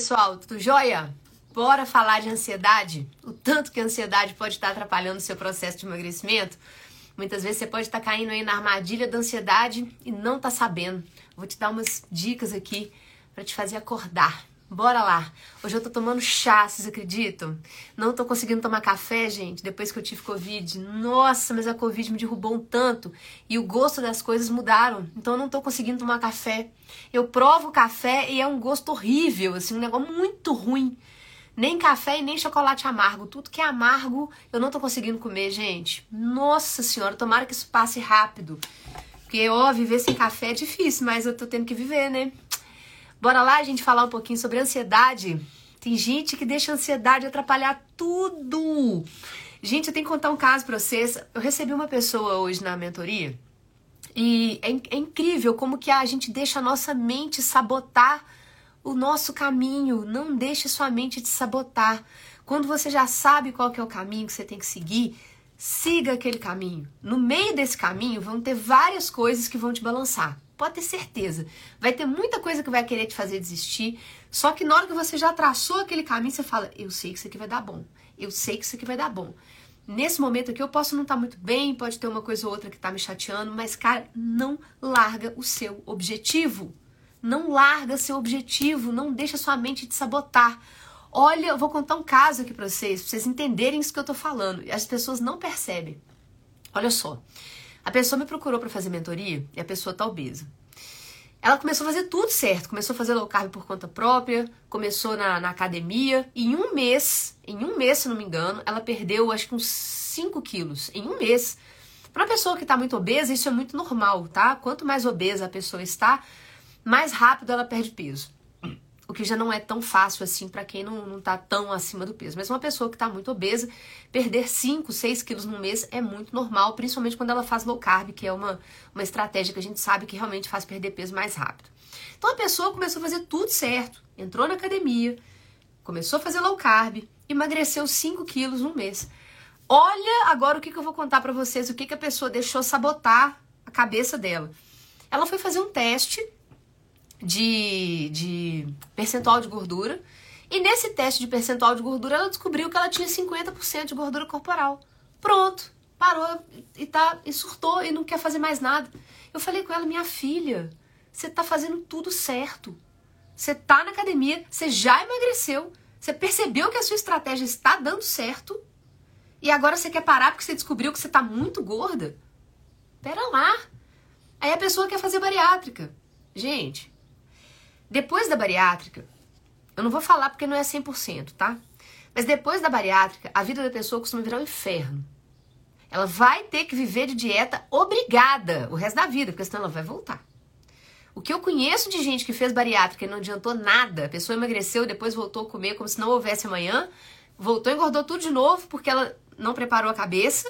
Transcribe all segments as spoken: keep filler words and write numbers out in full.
pessoal, tudo jóia? Bora falar de ansiedade? O tanto que a ansiedade pode estar atrapalhando o seu processo de emagrecimento. Muitas vezes você pode estar caindo aí na armadilha da ansiedade e não tá sabendo. Vou te dar umas dicas aqui para te fazer acordar. Bora lá! Hoje eu tô tomando chá, vocês acreditam? Não tô conseguindo tomar café, gente, depois que eu tive Covid. Nossa, mas a Covid me derrubou um tanto e o gosto das coisas mudaram. Então eu não tô conseguindo tomar café. Eu provo o café e é um gosto horrível, assim, um negócio muito ruim. Nem café e nem chocolate amargo. Tudo que é amargo eu não tô conseguindo comer, gente. Nossa senhora, tomara que isso passe rápido. Porque, ó, viver sem café é difícil, mas eu tô tendo que viver, né? Bora lá, a gente falar um pouquinho sobre ansiedade. Tem gente que deixa a ansiedade atrapalhar tudo. Gente, eu tenho que contar um caso pra vocês. Eu recebi uma pessoa hoje na mentoria e é, é incrível como que a gente deixa a nossa mente sabotar o nosso caminho. Não deixe sua mente te sabotar. Quando você já sabe qual que é o caminho que você tem que seguir, siga aquele caminho. No meio desse caminho vão ter várias coisas que vão te balançar. Pode ter certeza. Vai ter muita coisa que vai querer te fazer desistir. Só que na hora que você já traçou aquele caminho, você fala, eu sei que isso aqui vai dar bom. Eu sei que isso aqui vai dar bom. Nesse momento aqui eu posso não estar muito bem, pode ter uma coisa ou outra que tá me chateando, mas, cara, não larga o seu objetivo. Não larga seu objetivo, não deixa sua mente te sabotar. Olha, eu vou contar um caso aqui pra vocês, pra vocês entenderem isso que eu tô falando. As pessoas não percebem. Olha só. A pessoa me procurou para fazer mentoria e a pessoa tá obesa. Ela começou a fazer tudo certo, começou a fazer low carb por conta própria, começou na, na academia, e em um mês, em um mês, se não me engano, ela perdeu acho que uns cinco quilos, em um mês. Para uma pessoa que tá muito obesa, isso é muito normal, tá? Quanto mais obesa a pessoa está, mais rápido ela perde peso. O que já não é tão fácil assim para quem não, não tá tão acima do peso. Mas uma pessoa que tá muito obesa, perder cinco, seis quilos no mês é muito normal, principalmente quando ela faz low carb, que é uma, uma estratégia que a gente sabe que realmente faz perder peso mais rápido. Então a pessoa começou a fazer tudo certo, entrou na academia, começou a fazer low carb, emagreceu cinco quilos no mês. Olha agora o que, que eu vou contar para vocês, o que, que a pessoa deixou sabotar a cabeça dela. Ela foi fazer um teste De, de percentual de gordura. E nesse teste de percentual de gordura, ela descobriu que ela tinha cinquenta por cento de gordura corporal. Pronto, parou e, tá, e surtou e não quer fazer mais nada. Eu falei com ela, minha filha, você tá fazendo tudo certo. Você tá na academia, você já emagreceu, você percebeu que a sua estratégia está dando certo e agora você quer parar porque você descobriu que você tá muito gorda? Pera lá. Aí a pessoa quer fazer bariátrica. Gente, depois da bariátrica, eu não vou falar porque não é cem por cento, tá? Mas depois da bariátrica, a vida da pessoa costuma virar um inferno. Ela vai ter que viver de dieta obrigada o resto da vida, porque senão ela vai voltar. O que eu conheço de gente que fez bariátrica e não adiantou nada, a pessoa emagreceu e depois voltou a comer como se não houvesse amanhã, voltou e engordou tudo de novo porque ela não preparou a cabeça,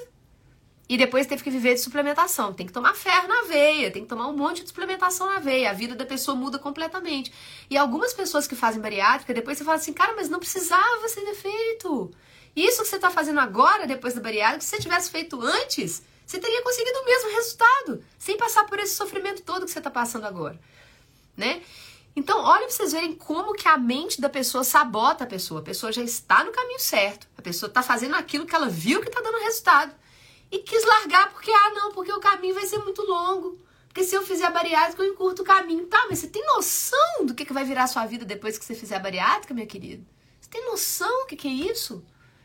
e depois teve que viver de suplementação. Tem que tomar ferro na veia, tem que tomar um monte de suplementação na veia. A vida da pessoa muda completamente. E algumas pessoas que fazem bariátrica, depois você fala assim, cara, mas não precisava você ter feito. Isso que você está fazendo agora, depois da bariátrica, se você tivesse feito antes, você teria conseguido o mesmo resultado, sem passar por esse sofrimento todo que você está passando agora, né? Então, olha para vocês verem como que a mente da pessoa sabota a pessoa. A pessoa já está no caminho certo. A pessoa está fazendo aquilo que ela viu que está dando resultado. E quis largar porque, ah, não, porque o caminho vai ser muito longo. Porque se eu fizer a bariátrica, eu encurto o caminho. Tá, mas você tem noção do que, que vai virar a sua vida depois que você fizer a bariátrica, minha querida? Você tem noção do que, que é isso?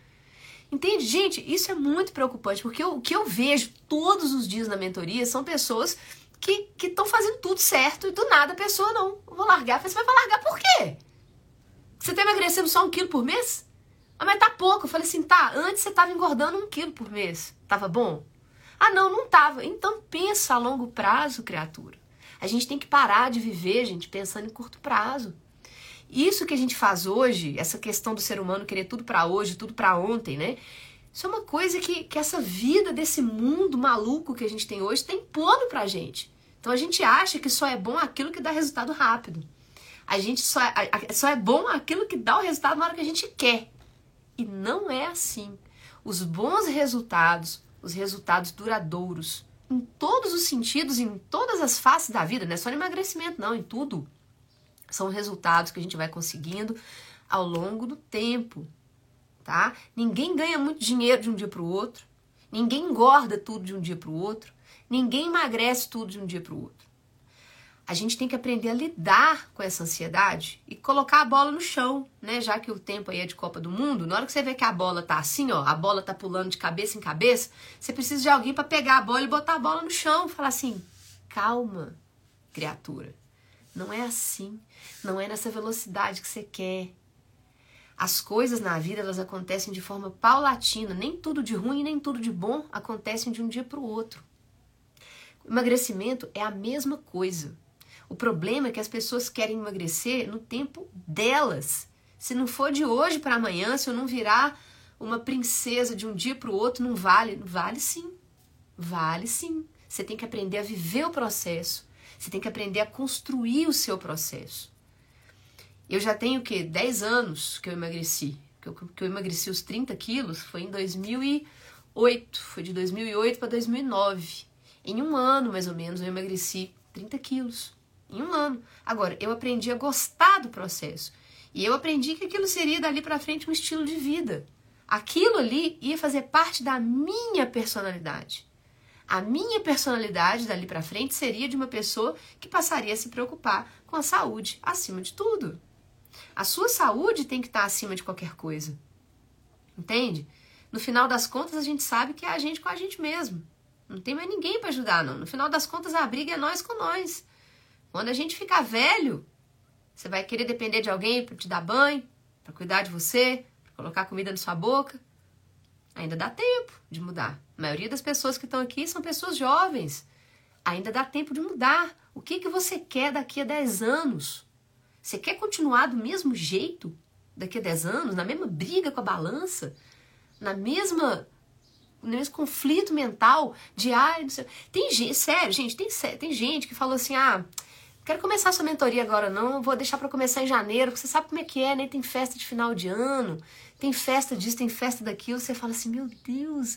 Entende? Gente, isso é muito preocupante, porque eu, o que eu vejo todos os dias na mentoria são pessoas que estão fazendo tudo certo e do nada a pessoa, não, eu vou largar. Você vai largar por quê? Você está emagrecendo só um quilo por mês? Ah, mas tá pouco. Eu falei assim, tá, antes você tava engordando um quilo por mês. Tava bom? Ah, não, não tava. Então pensa a longo prazo, criatura. A gente tem que parar de viver, gente, pensando em curto prazo. Isso que a gente faz hoje, essa questão do ser humano querer tudo pra hoje, tudo pra ontem, né? Isso é uma coisa que, que essa vida desse mundo maluco que a gente tem hoje tá impondo pra gente. Então a gente acha que só é bom aquilo que dá resultado rápido. A gente só é, só é bom aquilo que dá o resultado na hora que a gente quer. E não é assim. Os bons resultados, os resultados duradouros, em todos os sentidos, em todas as faces da vida, não é só no emagrecimento, não, em tudo. São resultados que a gente vai conseguindo ao longo do tempo, tá? Ninguém ganha muito dinheiro de um dia para o outro. Ninguém engorda tudo de um dia para o outro. Ninguém emagrece tudo de um dia para o outro. A gente tem que aprender a lidar com essa ansiedade e colocar a bola no chão, né? Já que o tempo aí é de Copa do Mundo, na hora que você vê que a bola tá assim, ó, a bola tá pulando de cabeça em cabeça, você precisa de alguém para pegar a bola e botar a bola no chão, falar assim: calma, criatura. Não é assim, não é nessa velocidade que você quer. As coisas na vida, elas acontecem de forma paulatina, nem tudo de ruim, nem tudo de bom acontecem de um dia para o outro. O emagrecimento é a mesma coisa. O problema é que as pessoas querem emagrecer no tempo delas. Se não for de hoje para amanhã, se eu não virar uma princesa de um dia para o outro, não vale? Vale sim. Vale sim. Você tem que aprender a viver o processo. Você tem que aprender a construir o seu processo. Eu já tenho o quê? dez anos que eu emagreci. Que eu, que eu emagreci os trinta quilos foi em dois mil e oito. Foi de dois mil e oito para dois mil e nove. Em um ano, mais ou menos, eu emagreci trinta quilos. Em um ano. Agora, eu aprendi a gostar do processo. E eu aprendi que aquilo seria dali pra frente um estilo de vida. Aquilo ali ia fazer parte da minha personalidade. A minha personalidade dali pra frente seria de uma pessoa que passaria a se preocupar com a saúde acima de tudo. A sua saúde tem que estar acima de qualquer coisa. Entende? No final das contas, a gente sabe que é a gente com a gente mesmo. Não tem mais ninguém para ajudar, não. No final das contas, a briga é nós com nós. Quando a gente ficar velho, você vai querer depender de alguém para te dar banho, para cuidar de você, para colocar comida na sua boca. Ainda dá tempo de mudar. A maioria das pessoas que estão aqui são pessoas jovens. Ainda dá tempo de mudar. O que, que você quer daqui a dez anos? Você quer continuar do mesmo jeito daqui a dez anos? Na mesma briga com a balança? Na mesma... no mesmo conflito mental diário? Tem gente, sério, gente, tem, tem gente que falou assim: ah, quero começar sua mentoria agora não, vou deixar para começar em janeiro, porque você sabe como é que é, né? Tem festa de final de ano, tem festa disso, tem festa daquilo. Você fala assim: meu Deus,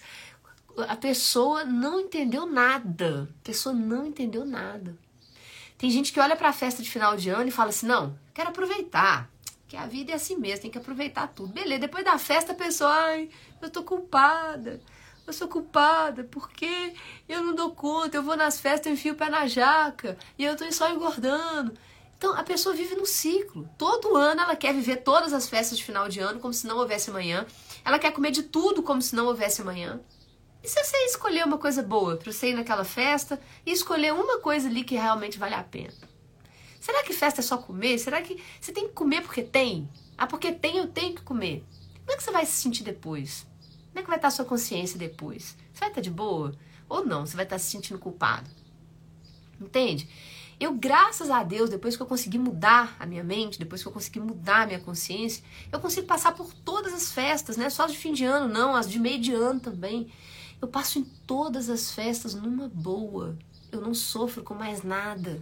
a pessoa não entendeu nada. A pessoa não entendeu nada. Tem gente que olha para a festa de final de ano e fala assim: não, quero aproveitar. Que a vida é assim mesmo, tem que aproveitar tudo. Beleza, depois da festa a pessoa: ai, eu tô culpada. Eu sou culpada porque eu não dou conta, eu vou nas festas, eu enfio o pé na jaca e eu tô só engordando. Então a pessoa vive num ciclo. Todo ano ela quer viver todas as festas de final de ano como se não houvesse amanhã. Ela quer comer de tudo como se não houvesse amanhã. E se você escolher uma coisa boa para você ir naquela festa e escolher uma coisa ali que realmente vale a pena? Será que festa é só comer? Será que você tem que comer porque tem? Ah, porque tem, eu tenho que comer. Como é que você vai se sentir depois? Como é que vai estar a sua consciência depois? Você vai estar de boa? Ou não? Você vai estar se sentindo culpado? Entende? Eu, graças a Deus, depois que eu consegui mudar a minha mente, depois que eu consegui mudar a minha consciência, eu consigo passar por todas as festas, né? Só as de fim de ano, não, as de meio de ano também. Eu passo em todas as festas numa boa. Eu não sofro com mais nada.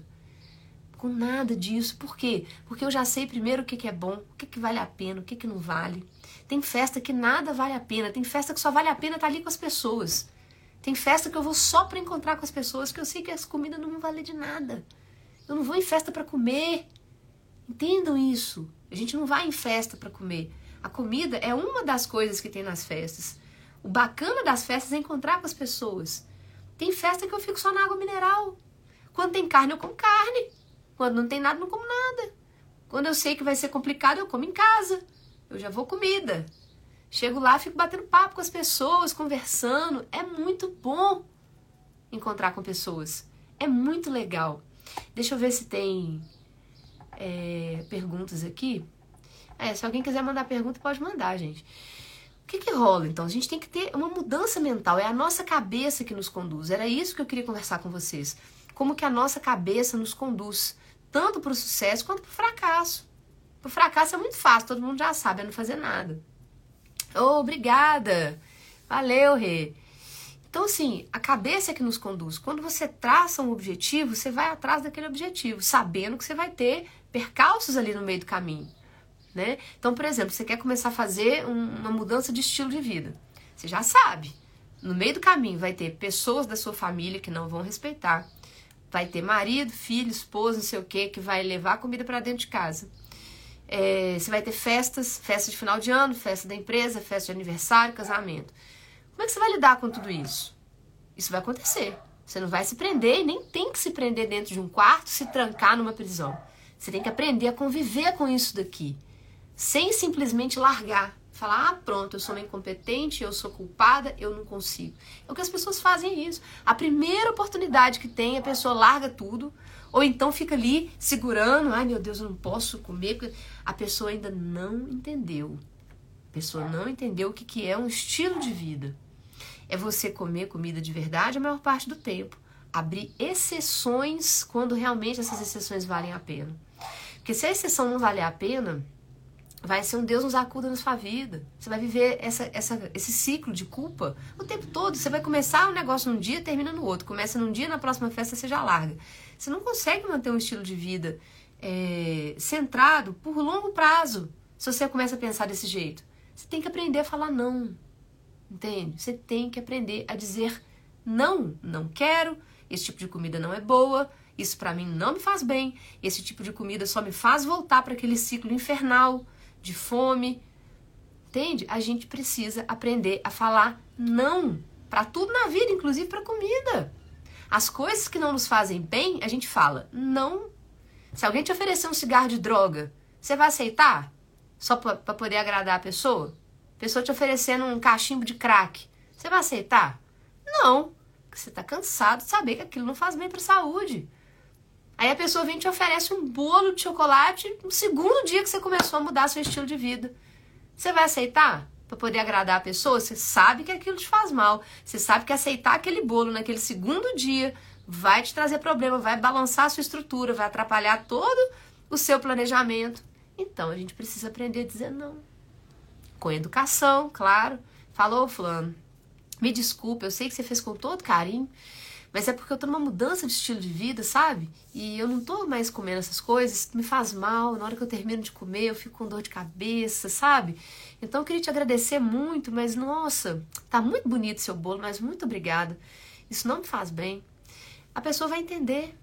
Com nada disso. Por quê? Porque eu já sei primeiro o que, que é bom, o que, que vale a pena, o que, que não vale. Tem festa que nada vale a pena. Tem festa que só vale a pena estar ali com as pessoas. Tem festa que eu vou só para encontrar com as pessoas, que eu sei que as comidas não vão valer de nada. Eu não vou em festa para comer. Entendam isso. A gente não vai em festa para comer. A comida é uma das coisas que tem nas festas. O bacana das festas é encontrar com as pessoas. Tem festa que eu fico só na água mineral. Quando tem carne, eu como carne. Quando não tem nada, não como nada. Quando eu sei que vai ser complicado, eu como em casa. Eu já vou comida. Chego lá, fico batendo papo com as pessoas, conversando. É muito bom encontrar com pessoas. É muito legal. Deixa eu ver se tem é, perguntas aqui. É, se alguém quiser mandar pergunta, pode mandar, gente. O que que rola, então? A gente tem que ter uma mudança mental. É a nossa cabeça que nos conduz. Era isso que eu queria conversar com vocês. Como que a nossa cabeça nos conduz, tanto para o sucesso quanto para o fracasso. O fracasso é muito fácil, todo mundo já sabe, é não fazer nada. Oh, obrigada! Valeu, Rê! Então, assim, a cabeça é que nos conduz. Quando você traça um objetivo, você vai atrás daquele objetivo, sabendo que você vai ter percalços ali no meio do caminho, né? Então, por exemplo, você quer começar a fazer um, uma mudança de estilo de vida. Você já sabe. No meio do caminho vai ter pessoas da sua família que não vão respeitar. vai ter marido, filho, esposa, não sei o que, que vai levar comida para dentro de casa. É, você vai ter festas, festa de final de ano, festa da empresa, festa de aniversário, casamento. Como é que você vai lidar com tudo isso? Isso vai acontecer. Você não vai se prender e nem tem que se prender dentro de um quarto, se trancar numa prisão. Você tem que aprender a conviver com isso daqui, sem simplesmente largar. Falar, ah, pronto, eu sou uma incompetente, eu sou culpada, eu não consigo. É o que as pessoas fazem isso. A primeira oportunidade que tem, a pessoa larga tudo, ou então fica ali segurando, ai meu Deus, eu não posso comer, porque a pessoa ainda não entendeu. A pessoa não entendeu o que, que é um estilo de vida. É você comer comida de verdade a maior parte do tempo. Abrir exceções quando realmente essas exceções valem a pena. Porque se a exceção não valer a pena, vai ser um Deus nos acuda na sua vida. Você vai viver essa, essa, esse ciclo de culpa o tempo todo. Você vai começar um negócio num dia, termina no outro. Começa num dia, na próxima festa você já larga. Você não consegue manter um estilo de vida é, centrado por longo prazo. Se você começa a pensar desse jeito, você tem que aprender a falar não. Entende? Você tem que aprender a dizer não. Não quero, esse tipo de comida não é boa, isso pra mim não me faz bem, esse tipo de comida só me faz voltar para aquele ciclo infernal de fome, entende? A gente precisa aprender a falar não para tudo na vida, inclusive para comida. As coisas que não nos fazem bem, a gente fala não. Se alguém te oferecer um cigarro de droga, você vai aceitar? Só para poder agradar a pessoa? A pessoa te oferecendo um cachimbo de crack, você vai aceitar? Não, porque você tá cansado de saber que aquilo não faz bem para a saúde. Aí a pessoa vem e te oferece um bolo de chocolate no segundo dia que você começou a mudar seu estilo de vida. Você vai aceitar? Para poder agradar a pessoa? Você sabe que aquilo te faz mal. Você sabe que aceitar aquele bolo naquele segundo dia vai te trazer problema, vai balançar a sua estrutura, vai atrapalhar todo o seu planejamento. Então a gente precisa aprender a dizer não. Com educação, claro. Falou, fulano, me desculpa, eu sei que você fez com todo carinho, mas é porque eu tô numa mudança de estilo de vida, sabe? E eu não tô mais comendo essas coisas, me faz mal, na hora que eu termino de comer eu fico com dor de cabeça, sabe? Então eu queria te agradecer muito, mas nossa, tá muito bonito seu bolo, mas muito obrigada. Isso não me faz bem. A pessoa vai entender,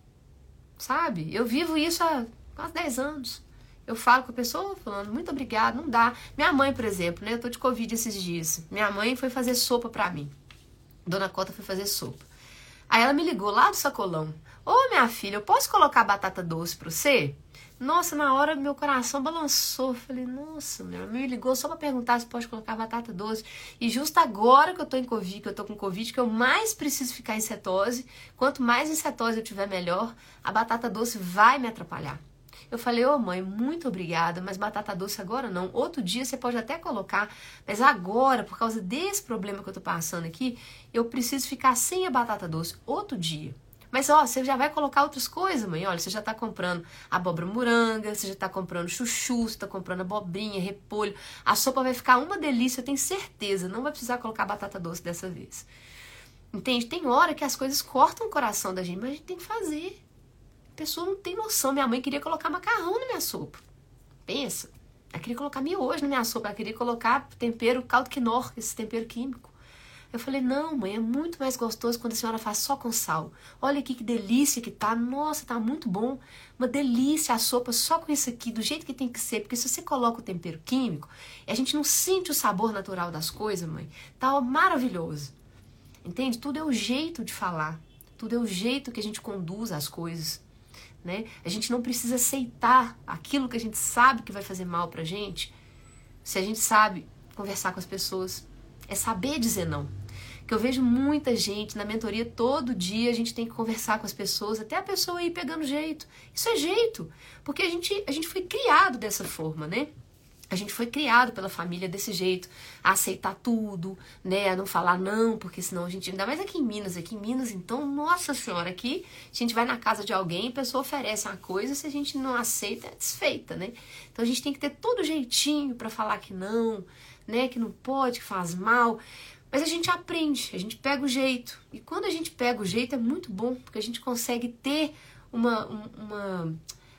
sabe? Eu vivo isso há quase dez anos. Eu falo com a pessoa, falando, muito obrigada, não dá. Minha mãe, por exemplo, né? Eu tô de Covid esses dias. Minha mãe foi fazer sopa pra mim. Dona Cota foi fazer sopa. Aí ela me ligou lá do sacolão. Ô, minha filha, eu posso colocar batata doce pra você? Nossa, na hora meu coração balançou. Falei, nossa, minha mãe me ligou só pra perguntar se pode colocar batata doce. E justo agora que eu tô em Covid, que eu tô com Covid, que eu mais preciso ficar em cetose, quanto mais em cetose eu tiver melhor, a batata doce vai me atrapalhar. Eu falei, ô mãe, muito obrigada, mas batata doce agora não. Outro dia você pode até colocar, mas agora, por causa desse problema que eu tô passando aqui, eu preciso ficar sem a batata doce outro dia. Mas ó, você já vai colocar outras coisas, mãe. Olha, você já tá comprando abóbora moranga, você já tá comprando chuchu, você tá comprando abobrinha, repolho. A sopa vai ficar uma delícia, eu tenho certeza. Não vai precisar colocar batata doce dessa vez. Entende? Tem hora que as coisas cortam o coração da gente, mas a gente tem que fazer. A pessoa não tem noção. Minha mãe queria colocar macarrão na minha sopa. Pensa. Ela queria colocar miojo na minha sopa. Ela queria colocar tempero caldo quinor, esse tempero químico. Eu falei, não, mãe, é muito mais gostoso quando a senhora faz só com sal. Olha aqui que delícia que tá. Nossa, tá muito bom. Uma delícia a sopa só com isso aqui, do jeito que tem que ser. Porque se você coloca o tempero químico, a gente não sente o sabor natural das coisas, mãe. Tá ó, maravilhoso. Entende? Tudo é o jeito de falar. Tudo é o jeito que a gente conduz as coisas. Né? A gente não precisa aceitar aquilo que a gente sabe que vai fazer mal pra gente. Se a gente sabe conversar com as pessoas, é saber dizer não. Que eu vejo muita gente na mentoria, todo dia a gente tem que conversar com as pessoas, até a pessoa ir pegando jeito. Isso é jeito, porque a gente, a gente foi criado dessa forma, né? A gente foi criado pela família desse jeito, a aceitar tudo, né, a não falar não, porque senão a gente, ainda mais aqui em Minas, aqui em Minas, então, nossa senhora, aqui a gente vai na casa de alguém, a pessoa oferece uma coisa, se a gente não aceita, é desfeita, né? Então a gente tem que ter todo jeitinho pra falar que não, né, que não pode, que faz mal, mas a gente aprende, a gente pega o jeito, e quando a gente pega o jeito é muito bom, porque a gente consegue ter uma... uma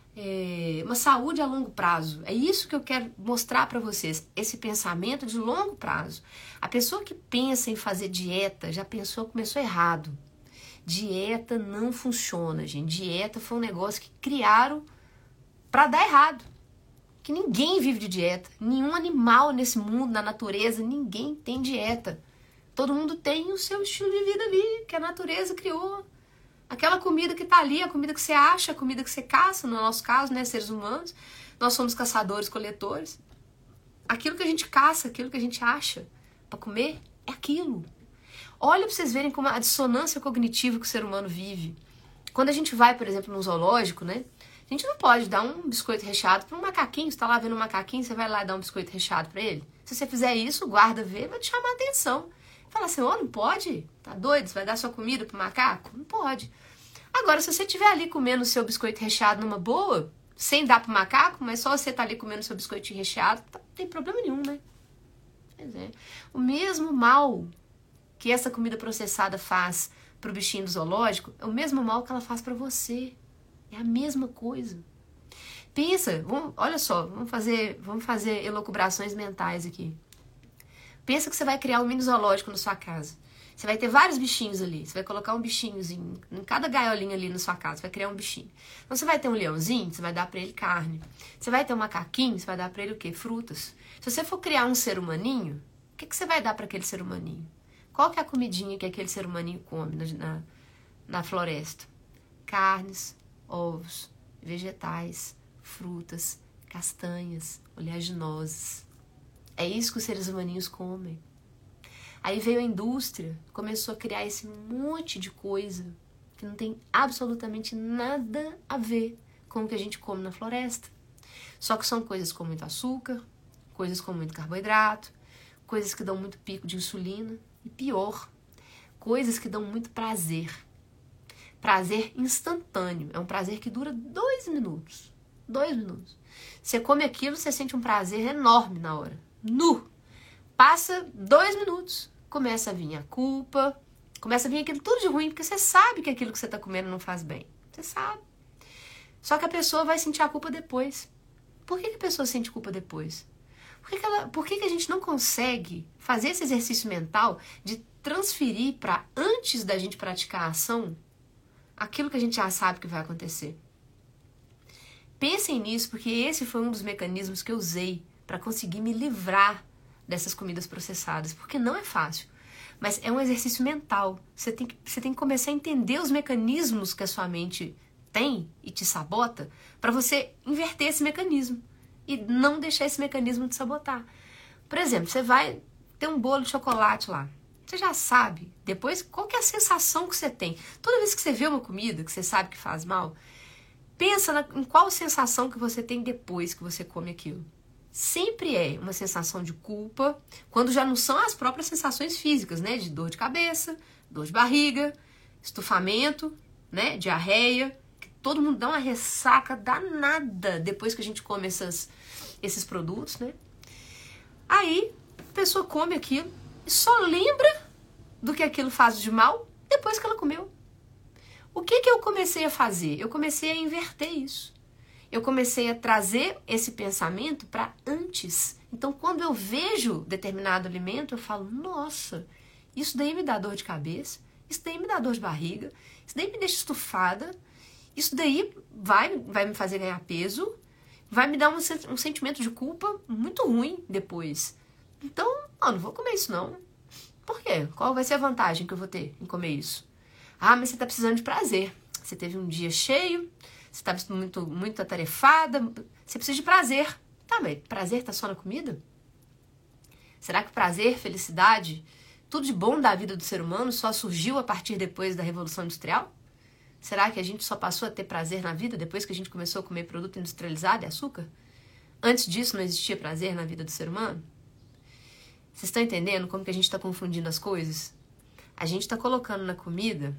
É, uma saúde a longo prazo. É isso que eu quero mostrar para vocês, esse pensamento de longo prazo. A pessoa que pensa em fazer dieta já pensou, começou errado. Dieta não funciona, gente. Dieta foi um negócio que criaram pra dar errado. Que ninguém vive de dieta. Nenhum animal nesse mundo, na natureza, ninguém tem dieta. Todo mundo tem o seu estilo de vida ali, que a natureza criou. Aquela comida que tá ali, a comida que você acha, a comida que você caça, no nosso caso, né, seres humanos. Nós somos caçadores, coletores. Aquilo que a gente caça, aquilo que a gente acha pra comer, é aquilo. Olha pra vocês verem como a dissonância cognitiva que o ser humano vive. Quando a gente vai, por exemplo, num zoológico, né? A gente não pode dar um biscoito recheado para um macaquinho. Você tá lá vendo um macaquinho, você vai lá dar um biscoito recheado para ele? Se você fizer isso, o guarda vê, vai te chamar a atenção. Fala assim, ó, oh, não pode? Tá doido? Você vai dar sua comida pro macaco? Não pode. Agora, se você estiver ali comendo o seu biscoito recheado numa boa, sem dar pro macaco, mas só você tá ali comendo o seu biscoitinho recheado, não tem problema nenhum, né? Pois é. O mesmo mal que essa comida processada faz pro bichinho do zoológico, é o mesmo mal que ela faz para você. É a mesma coisa. Pensa, vamos, olha só, vamos fazer, vamos fazer elucubrações mentais aqui. Pensa que você vai criar um mini zoológico na sua casa. Você vai ter vários bichinhos ali. Você vai colocar um bichinhozinho em cada gaiolinha ali na sua casa. Você vai criar um bichinho. Então você vai ter um leãozinho, você vai dar pra ele carne. Você vai ter um macaquinho, você vai dar pra ele o quê? Frutas. Se você for criar um ser humaninho, o que, que você vai dar pra aquele ser humaninho? Qual que é a comidinha que aquele ser humaninho come na, na, na floresta? Carnes, ovos, vegetais, frutas, castanhas, oleaginosas. É isso que os seres humaninhos comem. Aí veio a indústria, começou a criar esse monte de coisa que não tem absolutamente nada a ver com o que a gente come na floresta. Só que são coisas com muito açúcar, coisas com muito carboidrato, coisas que dão muito pico de insulina e pior, coisas que dão muito prazer. Prazer instantâneo. É um prazer que dura dois minutos. Dois minutos. Você come aquilo, você sente um prazer enorme na hora. Nu! Passa dois minutos. Começa a vir a culpa. Começa a vir aquilo tudo de ruim, porque você sabe que aquilo que você está comendo não faz bem. Você sabe. Só que a pessoa vai sentir a culpa depois. Por que, que a pessoa sente culpa depois? Por que, que, ela, por que, que a gente não consegue fazer esse exercício mental de transferir para antes da gente praticar a ação aquilo que a gente já sabe que vai acontecer? Pensem nisso, porque esse foi um dos mecanismos que eu usei para conseguir me livrar dessas comidas processadas, porque não é fácil, mas é um exercício mental. Você tem que, você tem que começar a entender os mecanismos que a sua mente tem e te sabota para você inverter esse mecanismo e não deixar esse mecanismo te sabotar. Por exemplo, você vai ter um bolo de chocolate lá. Você já sabe, depois, qual que é a sensação que você tem. Toda vez que você vê uma comida que você sabe que faz mal, pensa na, em qual sensação que você tem depois que você come aquilo. Sempre é uma sensação de culpa, quando já não são as próprias sensações físicas, né? De dor de cabeça, dor de barriga, estufamento, né? Diarreia. Que todo mundo dá uma ressaca danada depois que a gente come essas, esses produtos, né? Aí, a pessoa come aquilo e só lembra do que aquilo faz de mal depois que ela comeu. O que que eu comecei a fazer? Eu comecei a inverter isso. Eu comecei a trazer esse pensamento para antes. Então, quando eu vejo determinado alimento, eu falo, nossa, isso daí me dá dor de cabeça, isso daí me dá dor de barriga, isso daí me deixa estufada, isso daí vai, vai me fazer ganhar peso, vai me dar um, um sentimento de culpa muito ruim depois. Então, eu não vou comer isso não. Por quê? Qual vai ser a vantagem que eu vou ter em comer isso? Ah, mas você está precisando de prazer. Você teve um dia cheio, você está muito, muito atarefada, você precisa de prazer. Tá, mas prazer está só na comida? Será que prazer, felicidade, tudo de bom da vida do ser humano só surgiu a partir depois da Revolução Industrial? Será que a gente só passou a ter prazer na vida depois que a gente começou a comer produto industrializado e açúcar? Antes disso não existia prazer na vida do ser humano? Vocês estão entendendo como que a gente está confundindo as coisas? A gente está colocando na comida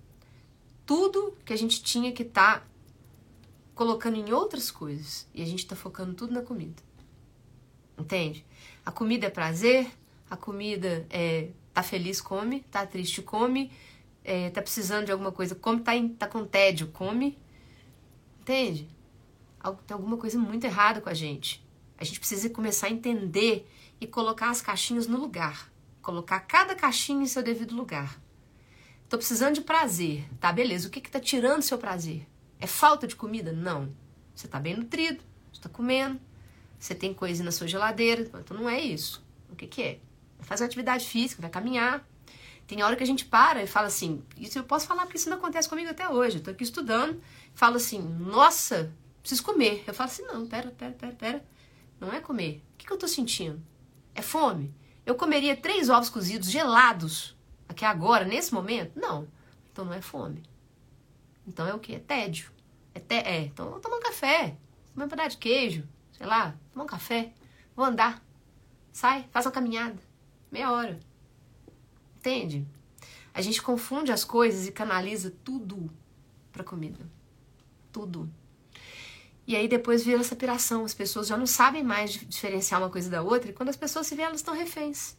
tudo que a gente tinha que estar tá colocando em outras coisas. E a gente está focando tudo na comida. Entende? A comida é prazer, a comida é tá feliz, come, tá triste, come, é, tá precisando de alguma coisa, come, tá, em, tá com tédio, come. Entende? Tem alguma coisa muito errada com a gente. A gente precisa começar a entender e colocar as caixinhas no lugar. Colocar cada caixinha em seu devido lugar. Tô precisando de prazer. Tá, beleza. O que que tá tirando seu prazer? É falta de comida? Não. Você tá bem nutrido, você tá comendo, você tem coisa na sua geladeira. Então não é isso. O que que é? Faz uma atividade física, vai caminhar. Tem hora que a gente para e fala assim, isso eu posso falar porque isso não acontece comigo até hoje. Eu tô aqui estudando, falo assim, nossa, preciso comer. Eu falo assim, não, pera, pera, pera, pera. Não é comer. O que que eu tô sentindo? É fome? Eu comeria três ovos cozidos gelados aqui agora, nesse momento? Não. Então não é fome. Então é o quê? É tédio. É, te... é. Então eu vou tomar um café, comer um pedaço de queijo, sei lá, tomar um café, vou andar. Sai, faz uma caminhada. Meia hora. Entende? A gente confunde as coisas e canaliza tudo pra comida. Tudo. E aí depois vira essa piração. As pessoas já não sabem mais diferenciar uma coisa da outra. E quando as pessoas se veem, elas estão reféns.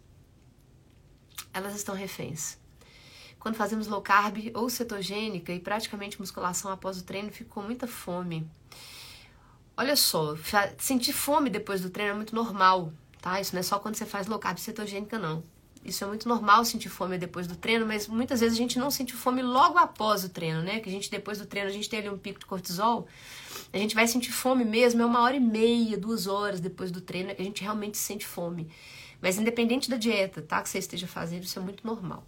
Elas estão reféns. Quando fazemos low carb ou cetogênica e praticamente musculação após o treino, fico com muita fome. Olha só, sentir fome depois do treino é muito normal, tá? Isso não é só quando você faz low carb cetogênica, não. Isso é muito normal, sentir fome depois do treino, mas muitas vezes a gente não sente fome logo após o treino, né? Que a gente, depois do treino, a gente tem ali um pico de cortisol. A gente vai sentir fome mesmo, é uma hora e meia, duas horas depois do treino, é que a gente realmente sente fome. Mas independente da dieta, tá? Que você esteja fazendo, isso é muito normal.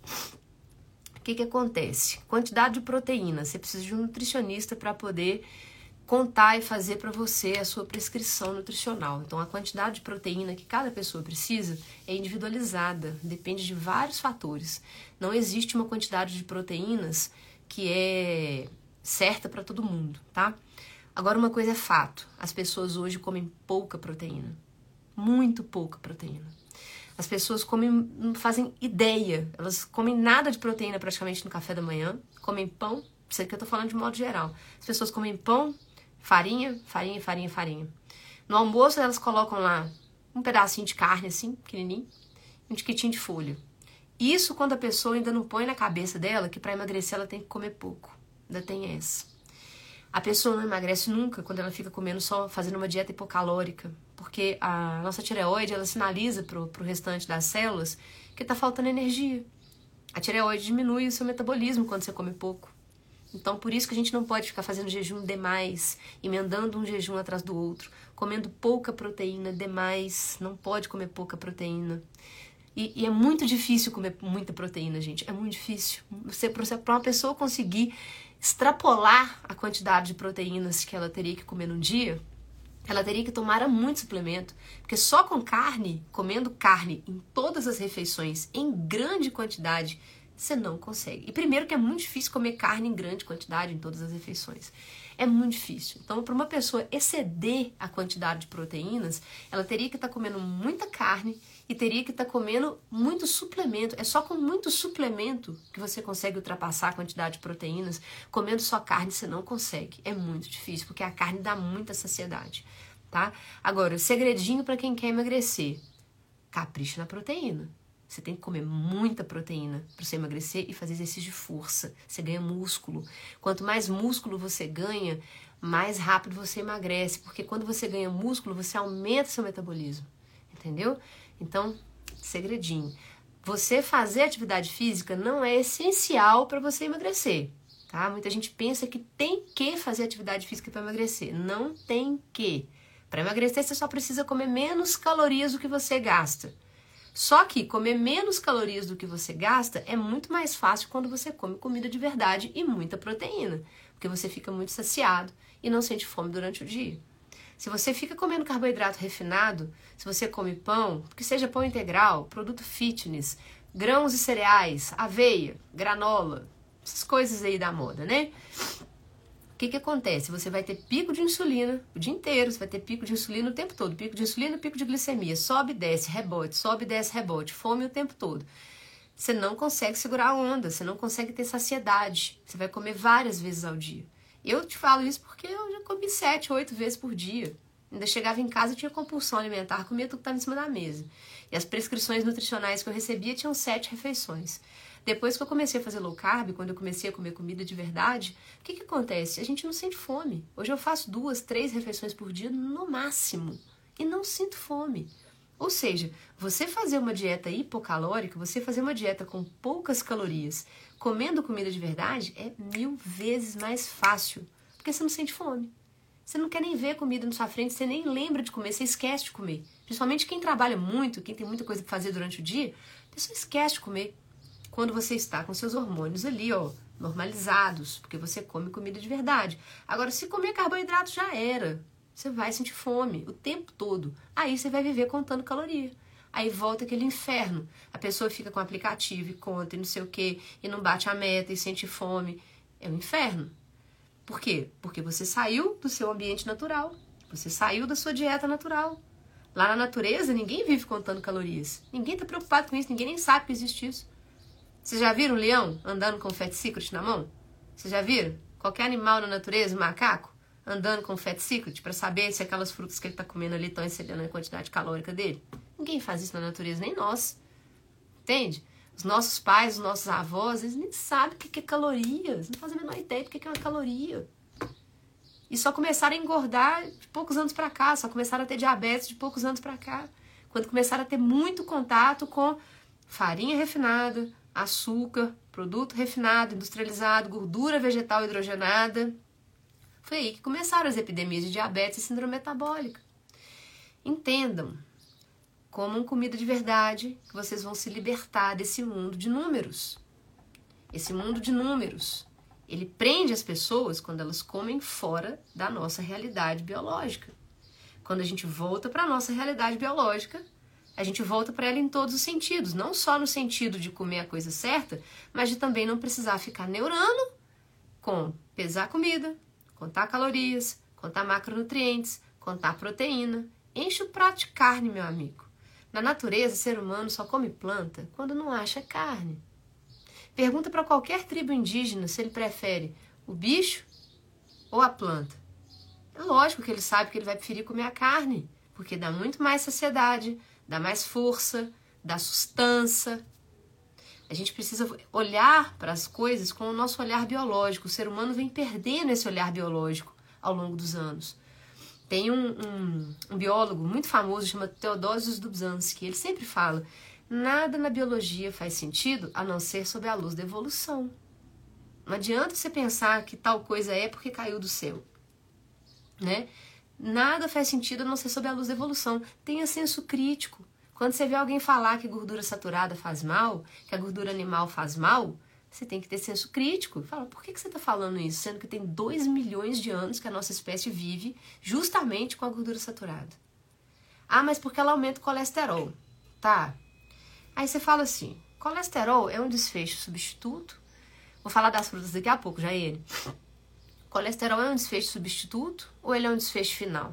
O que que acontece? Quantidade de proteína. Você precisa de um nutricionista para poder contar e fazer para você a sua prescrição nutricional. Então, a quantidade de proteína que cada pessoa precisa é individualizada, depende de vários fatores. Não existe uma quantidade de proteínas que é certa para todo mundo, tá? Agora, uma coisa é fato, as pessoas hoje comem pouca proteína, muito pouca proteína. As pessoas comem, não fazem ideia, elas comem nada de proteína praticamente no café da manhã, comem pão, isso aqui eu tô falando de modo geral. As pessoas comem pão, farinha, farinha, farinha, farinha. No almoço elas colocam lá um pedacinho de carne assim, pequenininho, e um tiquitinho de folha. Isso quando a pessoa ainda não põe na cabeça dela que para emagrecer ela tem que comer pouco. Ainda tem essa. A pessoa não emagrece nunca quando ela fica comendo só, fazendo uma dieta hipocalórica, porque a nossa tireoide, ela sinaliza pro, pro restante das células que tá faltando energia. A tireoide diminui o seu metabolismo quando você come pouco. Então, por isso que a gente não pode ficar fazendo jejum demais, emendando um jejum atrás do outro, comendo pouca proteína demais, não pode comer pouca proteína. E, e é muito difícil comer muita proteína, gente, é muito difícil. Você, para uma pessoa conseguir extrapolar a quantidade de proteínas que ela teria que comer num dia, ela teria que tomar muito suplemento, porque só com carne, comendo carne em todas as refeições, em grande quantidade, você não consegue. E primeiro que é muito difícil comer carne em grande quantidade em todas as refeições. É muito difícil. Então, para uma pessoa exceder a quantidade de proteínas, ela teria que estar tá comendo muita carne e teria que estar tá comendo muito suplemento. É só com muito suplemento que você consegue ultrapassar a quantidade de proteínas. Comendo só carne, você não consegue. É muito difícil, porque a carne dá muita saciedade, tá? Agora, o segredinho para quem quer emagrecer: capricha na proteína. Você tem que comer muita proteína para você emagrecer e fazer exercício de força. Você ganha músculo. Quanto mais músculo você ganha, mais rápido você emagrece. Porque quando você ganha músculo, você aumenta seu metabolismo. Entendeu? Então, segredinho. Você fazer atividade física não é essencial para você emagrecer. Tá? Muita gente pensa que tem que fazer atividade física para emagrecer. Não tem que. Para emagrecer, você só precisa comer menos calorias do que você gasta. Só que comer menos calorias do que você gasta é muito mais fácil quando você come comida de verdade e muita proteína, porque você fica muito saciado e não sente fome durante o dia. Se você fica comendo carboidrato refinado, se você come pão, que seja pão integral, produto fitness, grãos e cereais, aveia, granola, essas coisas aí da moda, né? O que que acontece? Você vai ter pico de insulina o dia inteiro, você vai ter pico de insulina o tempo todo, pico de insulina, pico de glicemia, sobe, desce, rebote, sobe, desce, rebote, fome o tempo todo. Você não consegue segurar a onda, você não consegue ter saciedade, você vai comer várias vezes ao dia. Eu te falo isso porque eu já comi sete, oito vezes por dia. Ainda chegava em casa e tinha compulsão alimentar, comia tudo que estava em cima da mesa. E as prescrições nutricionais que eu recebia tinham sete refeições. Depois que eu comecei a fazer low carb, quando eu comecei a comer comida de verdade, o que que acontece? A gente não sente fome. Hoje eu faço duas, três refeições por dia no máximo e não sinto fome. Ou seja, você fazer uma dieta hipocalórica, você fazer uma dieta com poucas calorias, comendo comida de verdade, é mil vezes mais fácil, porque você não sente fome. Você não quer nem ver comida na sua frente, você nem lembra de comer, você esquece de comer. Principalmente quem trabalha muito, quem tem muita coisa para fazer durante o dia, a pessoa esquece de comer. Quando você está com seus hormônios ali, ó, normalizados, porque você come comida de verdade. Agora, se comer carboidrato já era. Você vai sentir fome o tempo todo. Aí você vai viver contando caloria. Aí volta aquele inferno. A pessoa fica com o aplicativo e conta e não sei o quê, e não bate a meta e sente fome. É um inferno. Por quê? Porque você saiu do seu ambiente natural. Você saiu da sua dieta natural. Lá na natureza, ninguém vive contando calorias. Ninguém está preocupado com isso, ninguém nem sabe que existe isso. Vocês já viram um leão andando com Fat Secret na mão? Vocês já viram? Qualquer animal na natureza, um macaco, andando com Fat Secret para saber se aquelas frutas que ele está comendo ali estão excedendo a quantidade calórica dele? Ninguém faz isso na natureza, nem nós. Entende? Os nossos pais, os nossos avós, eles nem sabem o que é caloria. Eles não fazem a menor ideia do que é uma caloria. E só começaram a engordar de poucos anos para cá, só começaram a ter diabetes de poucos anos para cá. Quando começaram a ter muito contato com farinha refinada, açúcar, produto refinado, industrializado, gordura vegetal hidrogenada. Foi aí que começaram as epidemias de diabetes e síndrome metabólica. Entendam, comam comida de verdade, que vocês vão se libertar desse mundo de números. Esse mundo de números, ele prende as pessoas quando elas comem fora da nossa realidade biológica. Quando a gente volta para a nossa realidade biológica, a gente volta para ela em todos os sentidos, não só no sentido de comer a coisa certa, mas de também não precisar ficar neurando com pesar comida, contar calorias, contar macronutrientes, contar proteína. Enche o prato de carne, meu amigo. Na natureza, o ser humano só come planta quando não acha carne. Pergunta para qualquer tribo indígena se ele prefere o bicho ou a planta. É lógico que ele sabe que ele vai preferir comer a carne, porque dá muito mais saciedade, dá mais força, dá sustância. A gente precisa olhar para as coisas com o nosso olhar biológico. O ser humano vem perdendo esse olhar biológico ao longo dos anos. Tem um, um, um biólogo muito famoso, chama Theodosius Dobzhansky. Ele sempre fala, nada na biologia faz sentido a não ser sob a luz da evolução. Não adianta você pensar que tal coisa é porque caiu do céu, né? Nada faz sentido a não ser sob a luz da evolução. Tenha senso crítico. Quando você vê alguém falar que gordura saturada faz mal, que a gordura animal faz mal, você tem que ter senso crítico. Fala, por que você está falando isso? Sendo que tem dois milhões de anos que a nossa espécie vive justamente com a gordura saturada. Ah, mas porque ela aumenta o colesterol. Tá. Aí você fala assim, colesterol é um desfecho substituto. Vou falar das frutas daqui a pouco, já é ele. Colesterol é um desfecho substituto ou ele é um desfecho final?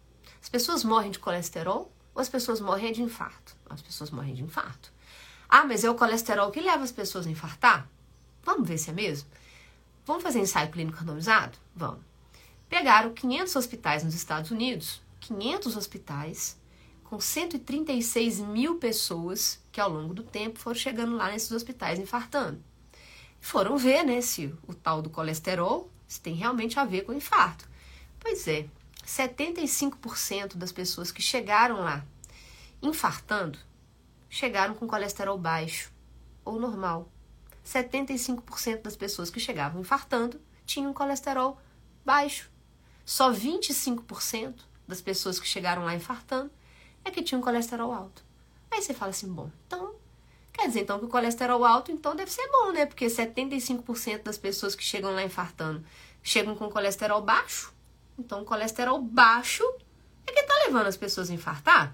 As pessoas morrem de colesterol ou as pessoas morrem de infarto? As pessoas morrem de infarto. Ah, mas é o colesterol que leva as pessoas a infartar? Vamos ver se é mesmo? Vamos fazer ensaio clínico randomizado? Vamos. Pegaram quinhentos hospitais nos Estados Unidos, quinhentos hospitais, com cento e trinta e seis mil pessoas que ao longo do tempo foram chegando lá nesses hospitais infartando. Foram ver, né, se o tal do colesterol se tem realmente a ver com infarto. Pois é, setenta e cinco por cento das pessoas que chegaram lá infartando, chegaram com colesterol baixo ou normal. setenta e cinco por cento das pessoas que chegavam infartando tinham colesterol baixo. Só vinte e cinco por cento das pessoas que chegaram lá infartando é que tinham colesterol alto. Aí você fala assim, bom, então, quer dizer então que o colesterol alto então deve ser bom, né? Porque setenta e cinco por cento das pessoas que chegam lá infartando chegam com colesterol baixo. Então, o colesterol baixo é que tá levando as pessoas a infartar?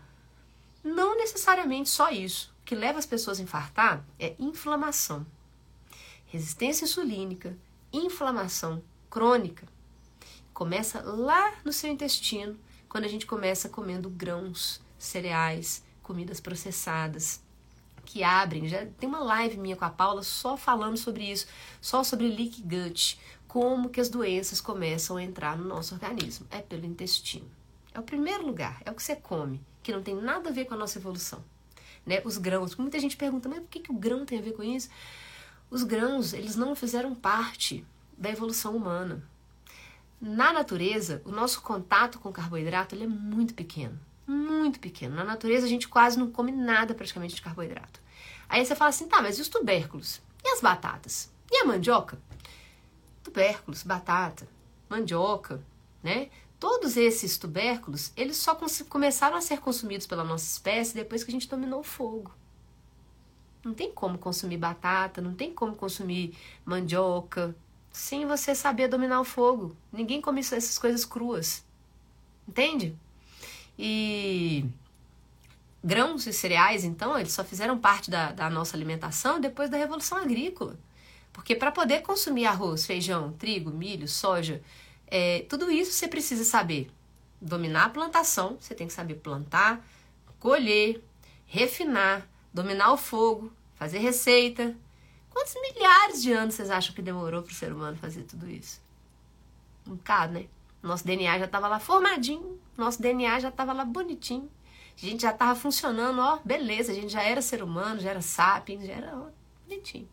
Não necessariamente só isso. O que leva as pessoas a infartar é inflamação. Resistência insulínica, inflamação crônica. Começa lá no seu intestino, quando a gente começa comendo grãos, cereais, comidas processadas, que abrem. Já tem uma live minha com a Paula só falando sobre isso, só sobre leaky gut, como que as doenças começam a entrar no nosso organismo. É pelo intestino. É o primeiro lugar, é o que você come, que não tem nada a ver com a nossa evolução. Né? Os grãos, muita gente pergunta, mas por que, que o grão tem a ver com isso? Os grãos, eles não fizeram parte da evolução humana. Na natureza, o nosso contato com o carboidrato ele é muito pequeno. Muito pequeno. Na natureza a gente quase não come nada praticamente de carboidrato. Aí você fala assim, tá, mas e os tubérculos? E as batatas? E a mandioca? Tubérculos, batata, mandioca, né? Todos esses tubérculos, eles só começaram a ser consumidos pela nossa espécie depois que a gente dominou o fogo. Não tem como consumir batata, não tem como consumir mandioca, sem você saber dominar o fogo. Ninguém come essas coisas cruas, entende? E grãos e cereais, então, eles só fizeram parte da, da nossa alimentação depois da Revolução Agrícola. Porque para poder consumir arroz, feijão, trigo, milho, soja, é, tudo isso você precisa saber dominar a plantação, você tem que saber plantar, colher, refinar, dominar o fogo, fazer receita. Quantos milhares de anos vocês acham que demorou para o ser humano fazer tudo isso? Um bocado, né? Nosso D N A já estava lá formadinho, nosso D N A já estava lá bonitinho, a gente já estava funcionando, ó, beleza, a gente já era ser humano, já era sapiens, já era ó, bonitinho.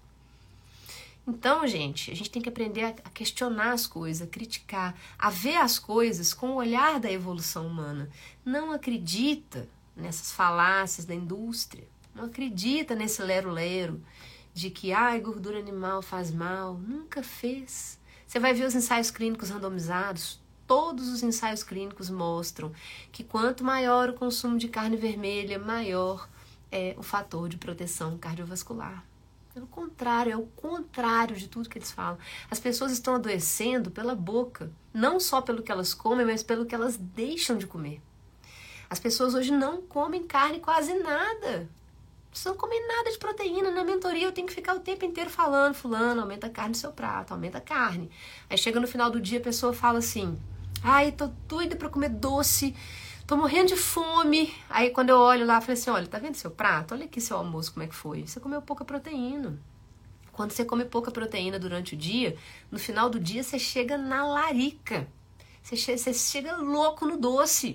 Então, gente, a gente tem que aprender a questionar as coisas, a criticar, a ver as coisas com o olhar da evolução humana. Não acredita nessas falácias da indústria, não acredita nesse lero-lero de que ai, gordura animal faz mal. Nunca fez. Você vai ver os ensaios clínicos randomizados, todos os ensaios clínicos mostram que quanto maior o consumo de carne vermelha, maior é o fator de proteção cardiovascular. Pelo contrário, é o contrário de tudo que eles falam. As pessoas estão adoecendo pela boca, não só pelo que elas comem, mas pelo que elas deixam de comer. As pessoas hoje não comem carne quase nada. Não comem nada de proteína. Na mentoria eu tenho que ficar o tempo inteiro falando, fulano, aumenta a carne no seu prato, aumenta a carne. Aí chega no final do dia a pessoa fala assim, ai, tô doida pra comer doce, tô morrendo de fome. Aí quando eu olho lá, eu falei assim, olha, tá vendo seu prato? Olha aqui seu almoço, como é que foi. Você comeu pouca proteína. Quando você come pouca proteína durante o dia, no final do dia você chega na larica. Você chega, você chega louco no doce.